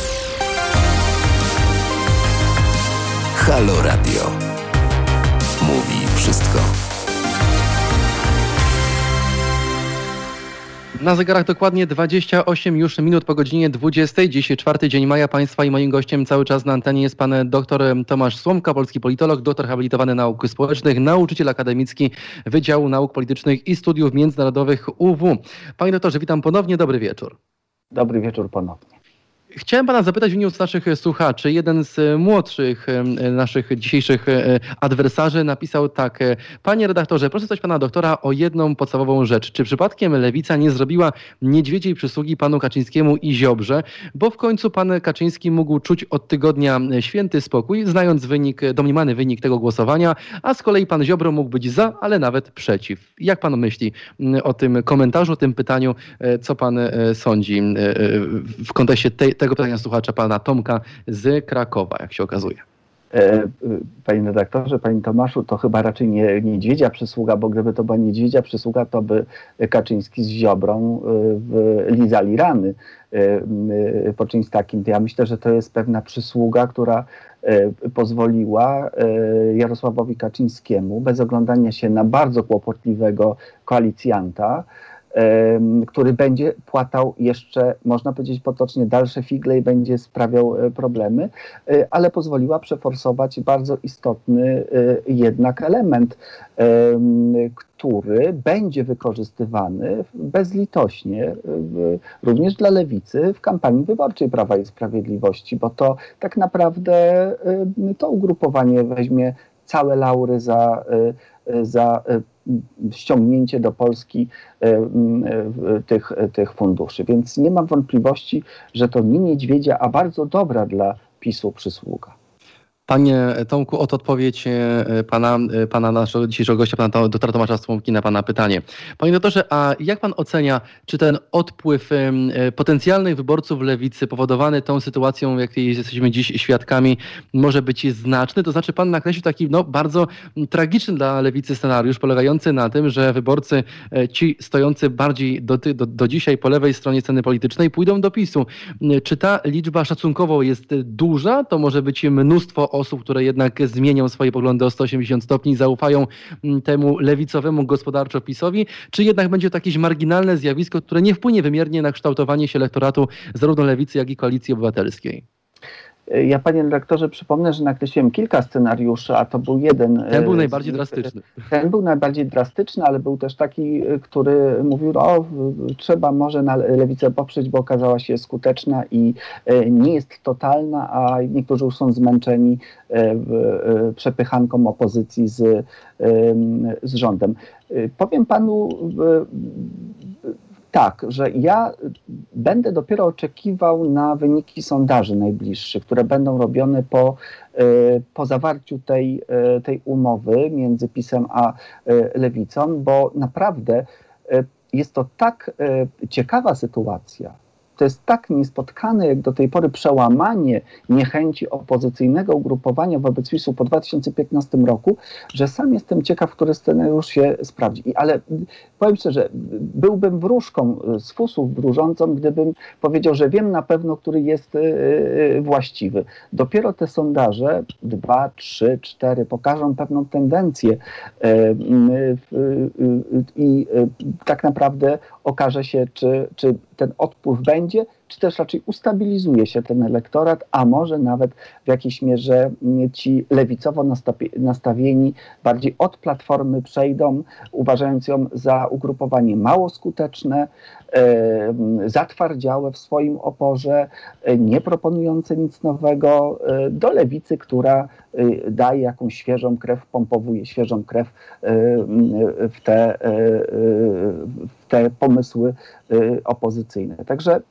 S1: Halo Radio. Mówi wszystko.
S2: Na zegarach dokładnie 28 już minut po godzinie 20. Dzisiaj 4 dzień maja. Państwa i moim gościem cały czas na antenie jest pan dr Tomasz Słomka, polski politolog, doktor habilitowany nauk społecznych, nauczyciel akademicki Wydziału Nauk Politycznych i Studiów Międzynarodowych UW. Panie doktorze, witam ponownie. Dobry wieczór.
S4: Dobry wieczór ponownie.
S2: Chciałem pana zapytać w imieniu naszych słuchaczy. Jeden z młodszych naszych dzisiejszych adwersarzy napisał tak. Panie redaktorze, proszę coś pana doktora o jedną podstawową rzecz. Czy przypadkiem Lewica nie zrobiła niedźwiedziej przysługi panu Kaczyńskiemu i Ziobrze? Bo w końcu pan Kaczyński mógł czuć od tygodnia święty spokój, znając domniemany wynik tego głosowania, a z kolei pan Ziobro mógł być za, ale nawet przeciw. Jak pan myśli o tym komentarzu, o tym pytaniu? Co pan sądzi w kontekście tego pytania słuchacza pana Tomka z Krakowa, jak się okazuje?
S4: Panie redaktorze, panie Tomaszu, to chyba raczej nie niedźwiedzia przysługa, bo gdyby to była niedźwiedzia przysługa, to by Kaczyński z Ziobrą lizali rany po czymś takim. Ja myślę, że to jest pewna przysługa, która pozwoliła Jarosławowi Kaczyńskiemu, bez oglądania się na bardzo kłopotliwego koalicjanta, który będzie płatał jeszcze, można powiedzieć potocznie, dalsze figle i będzie sprawiał problemy, ale pozwoliła przeforsować bardzo istotny jednak element, który będzie wykorzystywany bezlitośnie również dla lewicy w kampanii wyborczej Prawa i Sprawiedliwości, bo to tak naprawdę to ugrupowanie weźmie całe laury za ściągnięcie do Polski tych funduszy. Więc nie mam wątpliwości, że to nie niedźwiedzia, a bardzo dobra dla PiS-u przysługa.
S2: Panie Tomku, oto odpowiedź pana naszego dzisiejszego gościa, pana doktora Tomasza Słomki na pana pytanie. Panie doktorze, a jak pan ocenia, czy ten odpływ potencjalnych wyborców lewicy powodowany tą sytuacją, jakiej jesteśmy dziś świadkami, może być znaczny? To znaczy pan nakreślił taki bardzo tragiczny dla lewicy scenariusz, polegający na tym, że wyborcy ci stojący bardziej do dzisiaj po lewej stronie sceny politycznej pójdą do PiS-u. Czy ta liczba szacunkowo jest duża? To może być mnóstwo osób, które jednak zmienią swoje poglądy o 180 stopni, zaufają temu lewicowemu gospodarczo PiS-owi, czy jednak będzie to jakieś marginalne zjawisko, które nie wpłynie wymiernie na kształtowanie się elektoratu zarówno lewicy, jak i Koalicji Obywatelskiej?
S4: Ja, panie redaktorze, przypomnę, że nakreśliłem kilka scenariuszy, a to był jeden.
S2: Ten był najbardziej drastyczny.
S4: Ten był najbardziej drastyczny, ale był też taki, który mówił, trzeba może na lewicę poprzeć, bo okazała się skuteczna i nie jest totalna, a niektórzy już są zmęczeni przepychanką opozycji z rządem. Powiem panu tak, że ja będę dopiero oczekiwał na wyniki sondaży najbliższych, które będą robione po zawarciu tej umowy między PiS-em a Lewicą, bo naprawdę jest to tak ciekawa sytuacja. To jest tak niespotkane jak do tej pory przełamanie niechęci opozycyjnego ugrupowania wobec PiS-u po 2015 roku, że sam jestem ciekaw, który scenariusz się sprawdzi. Ale powiem szczerze, byłbym wróżką z fusów wróżącą, gdybym powiedział, że wiem na pewno, który jest właściwy. Dopiero te sondaże, 2, 3, 4, pokażą pewną tendencję i tak naprawdę okaże się, czy ten odpływ będzie, czy też raczej ustabilizuje się ten elektorat, a może nawet w jakiejś mierze ci lewicowo nastawieni bardziej od Platformy przejdą, uważając ją za ugrupowanie mało skuteczne, zatwardziałe w swoim oporze, nie proponujące nic nowego, do lewicy, która daje jakąś świeżą krew, pompowuje świeżą krew w te pomysły opozycyjne. Także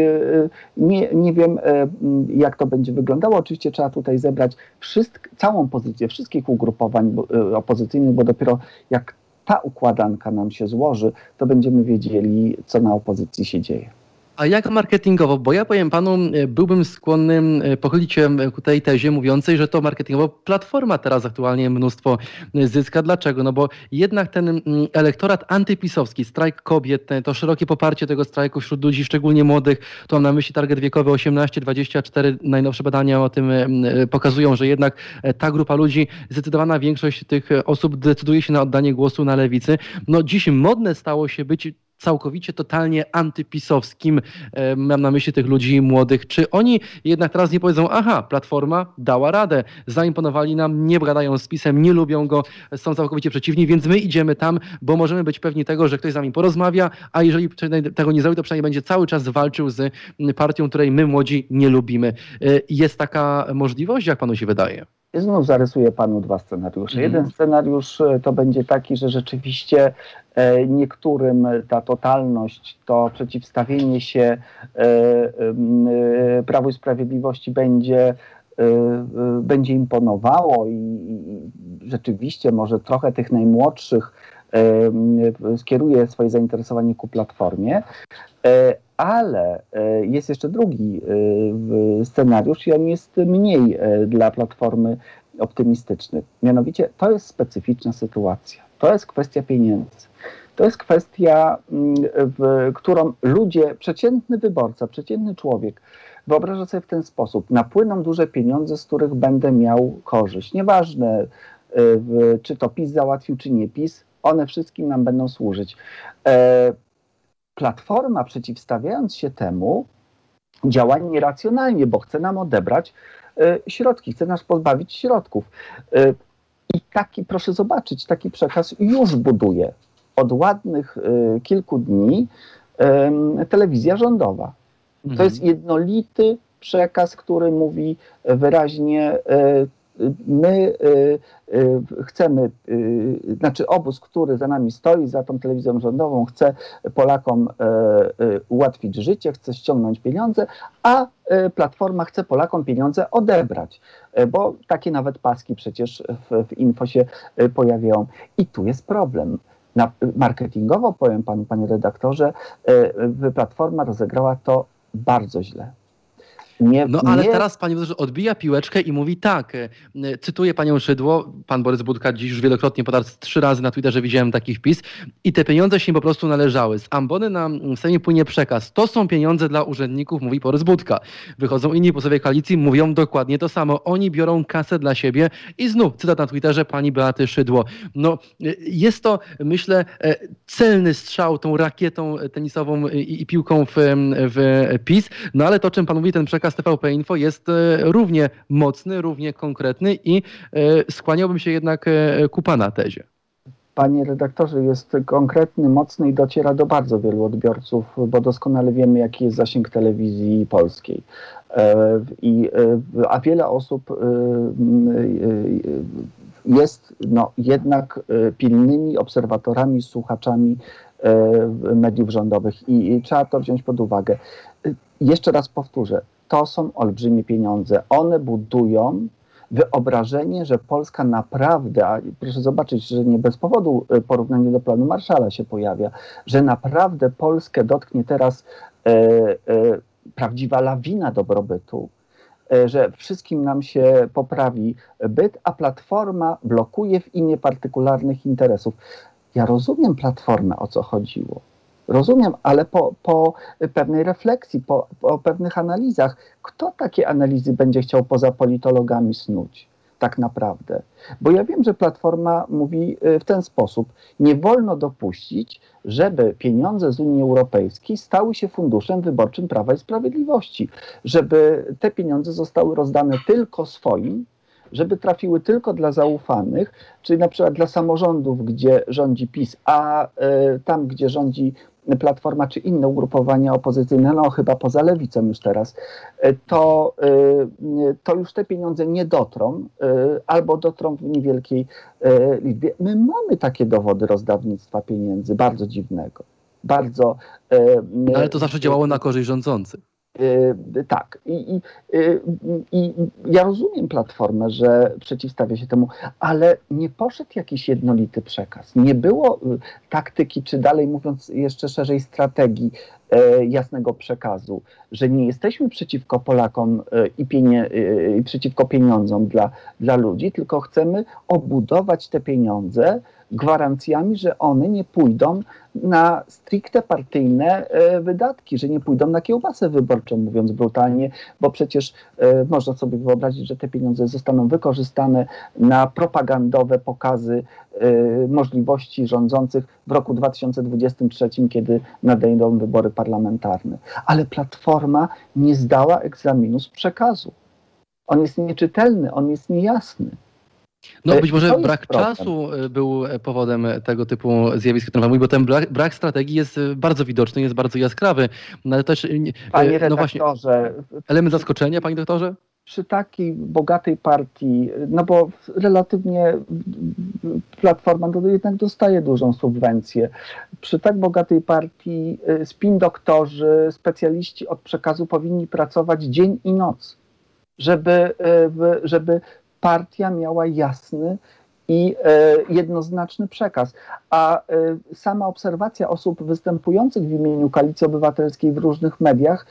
S4: nie wiem, jak to będzie wyglądało. Oczywiście trzeba tutaj zebrać całą pozycję wszystkich ugrupowań opozycyjnych, bo dopiero jak ta układanka nam się złoży, to będziemy wiedzieli, co na opozycji się dzieje.
S2: A jak marketingowo? Bo ja powiem panu, byłbym skłonny pochylić się ku tej tezie mówiącej, że to marketingowo Platforma teraz aktualnie mnóstwo zyska. Dlaczego? No bo jednak ten elektorat antypisowski, strajk kobiet, to szerokie poparcie tego strajku wśród ludzi, szczególnie młodych, to mam na myśli target wiekowy 18-24, najnowsze badania o tym pokazują, że jednak ta grupa ludzi, zdecydowana większość tych osób decyduje się na oddanie głosu na lewicy. No dziś modne stało się być całkowicie, totalnie antypisowskim, mam na myśli tych ludzi młodych. Czy oni jednak teraz nie powiedzą, aha, Platforma dała radę, zaimponowali nam, nie gadają z PiS-em, nie lubią go, są całkowicie przeciwni, więc my idziemy tam, bo możemy być pewni tego, że ktoś z nami porozmawia, a jeżeli tego nie zrobi, to przynajmniej będzie cały czas walczył z partią, której my młodzi nie lubimy. Jest taka możliwość? Jak panu się wydaje?
S4: Znów zarysuję panu dwa scenariusze. Jeden scenariusz to będzie taki, że rzeczywiście niektórym ta totalność, to przeciwstawienie się Prawu i Sprawiedliwości będzie imponowało i rzeczywiście może trochę tych najmłodszych skieruje swoje zainteresowanie ku Platformie, ale jest jeszcze drugi scenariusz i on jest mniej dla Platformy optymistyczny. Mianowicie to jest specyficzna sytuacja. To jest kwestia pieniędzy. To jest kwestia, którą ludzie, przeciętny wyborca, przeciętny człowiek wyobraża sobie w ten sposób. Napłyną duże pieniądze, z których będę miał korzyść. Nieważne, czy to PiS załatwił, czy nie PiS, one wszystkim nam będą służyć. Platforma, przeciwstawiając się temu, działa nieracjonalnie, bo chce nam odebrać środki, chce nas pozbawić środków. I taki, proszę zobaczyć, taki przekaz już buduje od ładnych kilku dni telewizja rządowa. To jest jednolity przekaz, który mówi wyraźnie, my chcemy, znaczy obóz, który za nami stoi, za tą telewizją rządową, chce Polakom ułatwić życie, chce ściągnąć pieniądze, a Platforma chce Polakom pieniądze odebrać, bo takie nawet paski przecież w info się pojawiają. I tu jest problem. Marketingowo, powiem panu, panie redaktorze, Platforma rozegrała to bardzo źle.
S2: Ale teraz pani odbija piłeczkę i mówi tak, cytuję panią Szydło, pan Borys Budka dziś już wielokrotnie podarł 3 razy na Twitterze, widziałem taki wpis i te pieniądze się im po prostu należały. Z ambony na Sejmie płynie przekaz. To są pieniądze dla urzędników, mówi Borys Budka. Wychodzą inni posłowie koalicji, mówią dokładnie to samo. Oni biorą kasę dla siebie i znów cytat na Twitterze pani Beaty Szydło. No, jest to, myślę, celny strzał tą rakietą tenisową i piłką w PiS, no ale to, czym pan mówi, ten przekaz przekaz TVP Info jest równie mocny, równie konkretny i skłaniałbym się jednak ku pana tezie.
S4: Panie redaktorze, jest konkretny, mocny i dociera do bardzo wielu odbiorców, bo doskonale wiemy, jaki jest zasięg telewizji polskiej. A wiele osób jest jednak pilnymi obserwatorami, słuchaczami mediów rządowych i trzeba to wziąć pod uwagę. Jeszcze raz powtórzę, to są olbrzymie pieniądze. One budują wyobrażenie, że Polska naprawdę, a proszę zobaczyć, że nie bez powodu porównanie do planu Marshalla się pojawia, że naprawdę Polskę dotknie teraz prawdziwa lawina dobrobytu, że wszystkim nam się poprawi byt, a Platforma blokuje w imię partykularnych interesów. Ja rozumiem Platformę, o co chodziło. Rozumiem, ale po pewnej refleksji, po pewnych analizach, kto takie analizy będzie chciał poza politologami snuć tak naprawdę? Bo ja wiem, że Platforma mówi w ten sposób: nie wolno dopuścić, żeby pieniądze z Unii Europejskiej stały się funduszem wyborczym Prawa i Sprawiedliwości, żeby te pieniądze zostały rozdane tylko swoim, żeby trafiły tylko dla zaufanych, czyli na przykład dla samorządów, gdzie rządzi PiS, a tam, gdzie rządzi Platforma czy inne ugrupowania opozycyjne, chyba poza lewicą już teraz, to już te pieniądze nie dotrą albo dotrą w niewielkiej liczbie. My mamy takie dowody rozdawnictwa pieniędzy, bardzo dziwnego. Bardzo.
S2: Ale to zawsze działało na korzyść rządzących.
S4: Tak. I ja rozumiem Platformę, że przeciwstawia się temu, ale nie poszedł jakiś jednolity przekaz. Nie było taktyki, czy dalej mówiąc jeszcze szerzej strategii jasnego przekazu, że nie jesteśmy przeciwko Polakom i przeciwko pieniądzom dla ludzi, tylko chcemy obudować te pieniądze gwarancjami, że one nie pójdą na stricte partyjne wydatki, że nie pójdą na kiełbasę wyborczą, mówiąc brutalnie, bo przecież można sobie wyobrazić, że te pieniądze zostaną wykorzystane na propagandowe pokazy możliwości rządzących w roku 2023, kiedy nadejdą wybory parlamentarne. Ale Platforma nie zdała egzaminu z przekazu. On jest nieczytelny, on jest niejasny.
S2: No być może brak czasu był powodem tego typu zjawisk, które pan mówi, bo ten brak strategii jest bardzo widoczny, jest bardzo jaskrawy. No ale też,
S4: panie redaktorze,
S2: element zaskoczenia, panie doktorze?
S4: Przy takiej bogatej partii, no bo relatywnie Platforma jednak dostaje dużą subwencję. Przy tak bogatej partii spin doktorzy, specjaliści od przekazu powinni pracować dzień i noc, żeby partia miała jasny i jednoznaczny przekaz. A sama obserwacja osób występujących w imieniu Koalicji Obywatelskiej w różnych mediach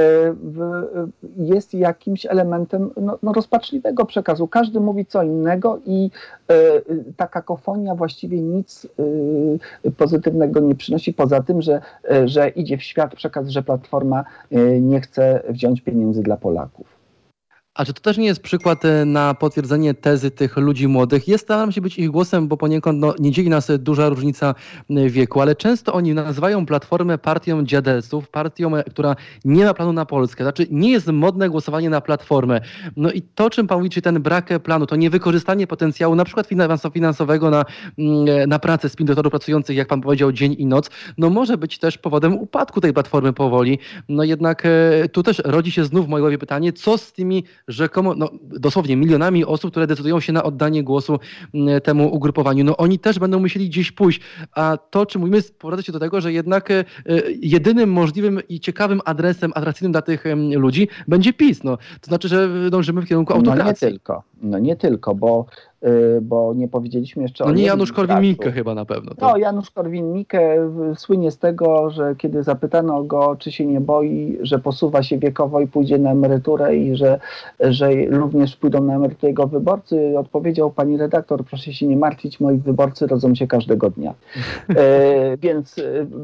S4: jest jakimś elementem rozpaczliwego przekazu. Każdy mówi co innego i ta kakofonia właściwie nic pozytywnego nie przynosi, poza tym, że idzie w świat przekaz, że Platforma nie chce wziąć pieniędzy dla Polaków.
S2: A czy to też nie jest przykład na potwierdzenie tezy tych ludzi młodych? Staram się być ich głosem, bo poniekąd nie dzieli nas duża różnica wieku, ale często oni nazywają Platformę partią dziadelców, partią, która nie ma planu na Polskę. Znaczy nie jest modne głosowanie na Platformę. No i to, czym pan mówi, czy ten brak planu, to niewykorzystanie potencjału, na przykład finansowego na pracę spin doktorów pracujących, jak pan powiedział, dzień i noc, no może być też powodem upadku tej Platformy powoli. No jednak tu też rodzi się znów w mojej głowie pytanie, co z tymi rzekomo, dosłownie milionami osób, które decydują się na oddanie głosu temu ugrupowaniu. No oni też będą musieli gdzieś pójść. A to, czym mówimy, sprowadza się do tego, że jednak jedynym możliwym i ciekawym adresem, atrakcyjnym dla tych ludzi będzie PiS. No, to znaczy, że dążymy w kierunku autokracji.
S4: Nie tylko, bo nie powiedzieliśmy jeszcze o...
S2: nie Janusz Korwin-Mikke chyba na pewno.
S4: No, Janusz Korwin-Mikke słynie z tego, że kiedy zapytano go, czy się nie boi, że posuwa się wiekowo i pójdzie na emeryturę i że również pójdą na emeryturę jego wyborcy, odpowiedział: pani redaktor, proszę się nie martwić, moi wyborcy rodzą się każdego dnia. Więc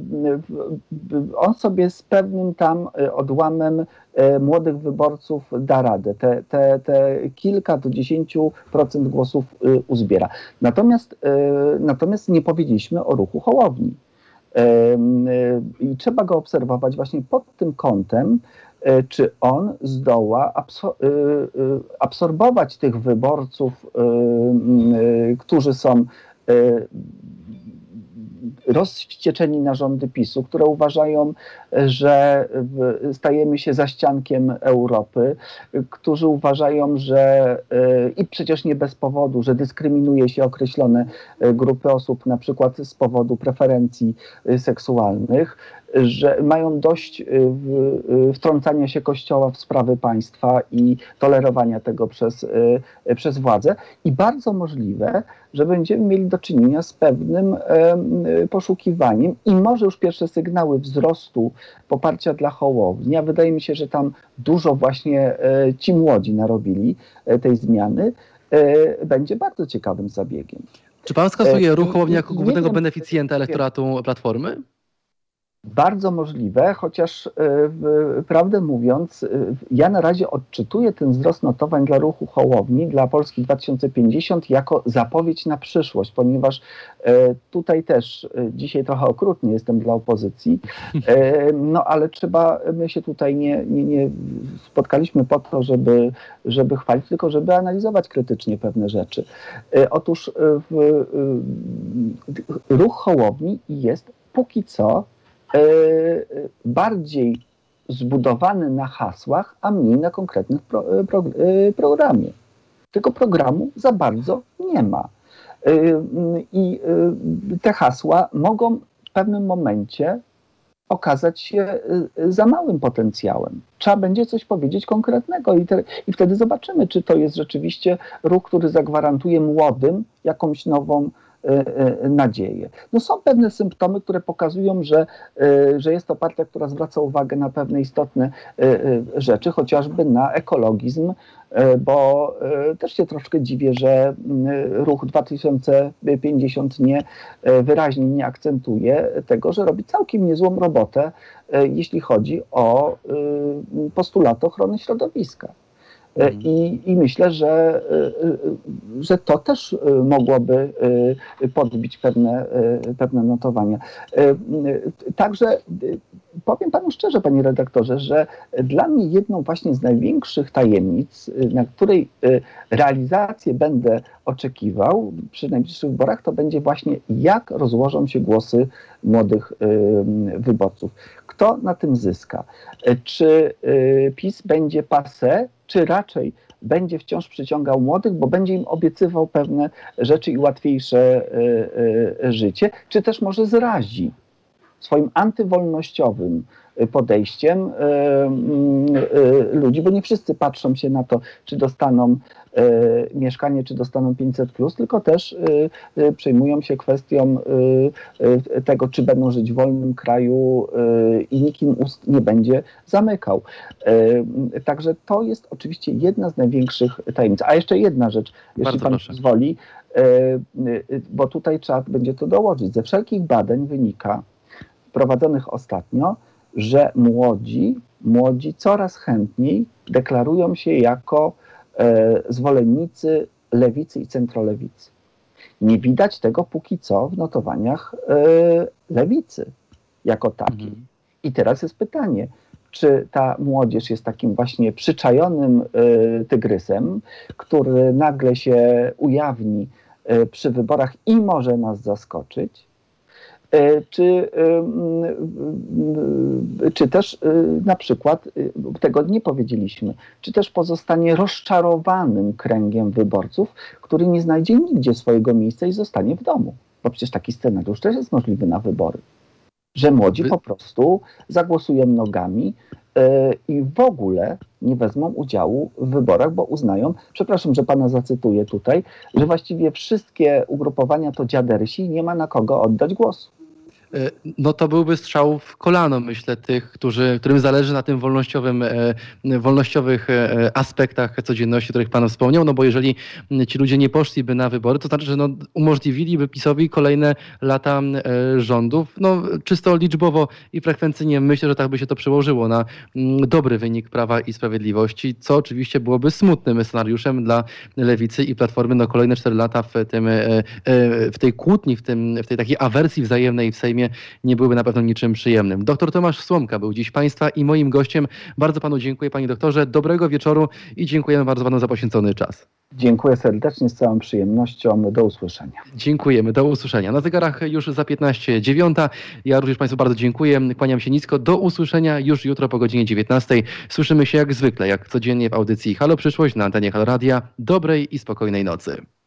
S4: on sobie z pewnym tam odłamem młodych wyborców da radę. Te kilka do 10% głosów uzbiera. Natomiast nie powiedzieliśmy o ruchu Hołowni. I trzeba go obserwować właśnie pod tym kątem, czy on zdoła absorbować tych wyborców, którzy są rozwścieczeni na rządy PiS-u, które uważają, że stajemy się zaściankiem Europy, którzy uważają, że i przecież nie bez powodu, że dyskryminuje się określone grupy osób, na przykład z powodu preferencji seksualnych, że mają dość wtrącania się Kościoła w sprawy państwa i tolerowania tego przez władzę. I bardzo możliwe, że będziemy mieli do czynienia z pewnym poszukiwaniem i może już pierwsze sygnały wzrostu poparcia dla Hołowni, a wydaje mi się, że tam dużo właśnie ci młodzi narobili tej zmiany, będzie bardzo ciekawym zabiegiem.
S2: Czy pan wskazuje ruch Hołowni jako głównego beneficjenta elektoratu Platformy?
S4: Bardzo możliwe, chociaż prawdę mówiąc, ja na razie odczytuję ten wzrost notowań dla ruchu Hołowni, dla Polski 2050 jako zapowiedź na przyszłość, ponieważ tutaj też dzisiaj trochę okrutnie jestem dla opozycji, no ale my się tutaj nie spotkaliśmy po to, żeby chwalić, tylko żeby analizować krytycznie pewne rzeczy. Otóż ruch Hołowni jest póki co bardziej zbudowany na hasłach, a mniej na konkretnych programie. Tego programu za bardzo nie ma. I te hasła mogą w pewnym momencie okazać się za małym potencjałem. Trzeba będzie coś powiedzieć konkretnego i wtedy zobaczymy, czy to jest rzeczywiście ruch, który zagwarantuje młodym jakąś nową nadzieję. No są pewne symptomy, które pokazują, że jest to partia, która zwraca uwagę na pewne istotne rzeczy, chociażby na ekologizm, bo też się troszkę dziwię, że ruch 2050 wyraźnie nie akcentuje tego, że robi całkiem niezłą robotę, jeśli chodzi o postulaty ochrony środowiska. I myślę, że to też mogłoby podbić pewne notowania. Także powiem panu szczerze, panie redaktorze, że dla mnie jedną właśnie z największych tajemnic, na której realizację będę oczekiwał przy najbliższych wyborach, to będzie właśnie jak rozłożą się głosy młodych wyborców. Kto na tym zyska? Czy PiS będzie passé, czy raczej będzie wciąż przyciągał młodych, bo będzie im obiecywał pewne rzeczy i łatwiejsze życie, czy też może zrazi swoim antywolnościowym podejściem ludzi, bo nie wszyscy patrzą się na to, czy dostaną mieszkanie, czy dostaną 500+, tylko też przejmują się kwestią tego, czy będą żyć w wolnym kraju i nikt im ust nie będzie zamykał. Także to jest oczywiście jedna z największych tajemnic. A jeszcze jedna rzecz, jeśli pan pozwoli, bo tutaj trzeba będzie to dołożyć. Ze wszelkich badań wynika, prowadzonych ostatnio, że młodzi coraz chętniej deklarują się jako zwolennicy lewicy i centrolewicy. Nie widać tego póki co w notowaniach lewicy jako takiej. I teraz jest pytanie, czy ta młodzież jest takim właśnie przyczajonym tygrysem, który nagle się ujawni przy wyborach i może nas zaskoczyć, czy też na przykład, tego nie powiedzieliśmy, czy też pozostanie rozczarowanym kręgiem wyborców, który nie znajdzie nigdzie swojego miejsca i zostanie w domu. Bo przecież taki scenariusz też jest możliwy na wybory. Że młodzi po prostu zagłosują nogami i w ogóle nie wezmą udziału w wyborach, bo uznają, przepraszam, że pana zacytuję tutaj, że właściwie wszystkie ugrupowania to dziadersi i nie ma na kogo oddać głosu.
S2: No to byłby strzał w kolano, myślę, tych, którym zależy na tym wolnościowych aspektach codzienności, o których pan wspomniał, no bo jeżeli ci ludzie nie poszliby na wybory, to znaczy, że umożliwiliby PiS-owi kolejne lata rządów. No czysto liczbowo i frekwencyjnie myślę, że tak by się to przełożyło na dobry wynik Prawa i Sprawiedliwości, co oczywiście byłoby smutnym scenariuszem dla Lewicy i Platformy. No kolejne 4 lata w tej kłótni, w tej takiej awersji wzajemnej w Sejmie Sejmie nie byłyby na pewno niczym przyjemnym. Doktor Tomasz Słomka był dziś Państwa i moim gościem. Bardzo Panu dziękuję, Panie doktorze. Dobrego wieczoru i dziękujemy bardzo Panu za poświęcony czas.
S4: Dziękuję serdecznie, z całą przyjemnością. Do usłyszenia.
S2: Dziękujemy, do usłyszenia. Na zegarach już za 15:09. Ja również Państwu bardzo dziękuję. Kłaniam się nisko. Do usłyszenia już jutro po godzinie 19:00. Słyszymy się jak zwykle, jak codziennie w audycji Halo Przyszłość na antenie Halo Radia. Dobrej i spokojnej nocy.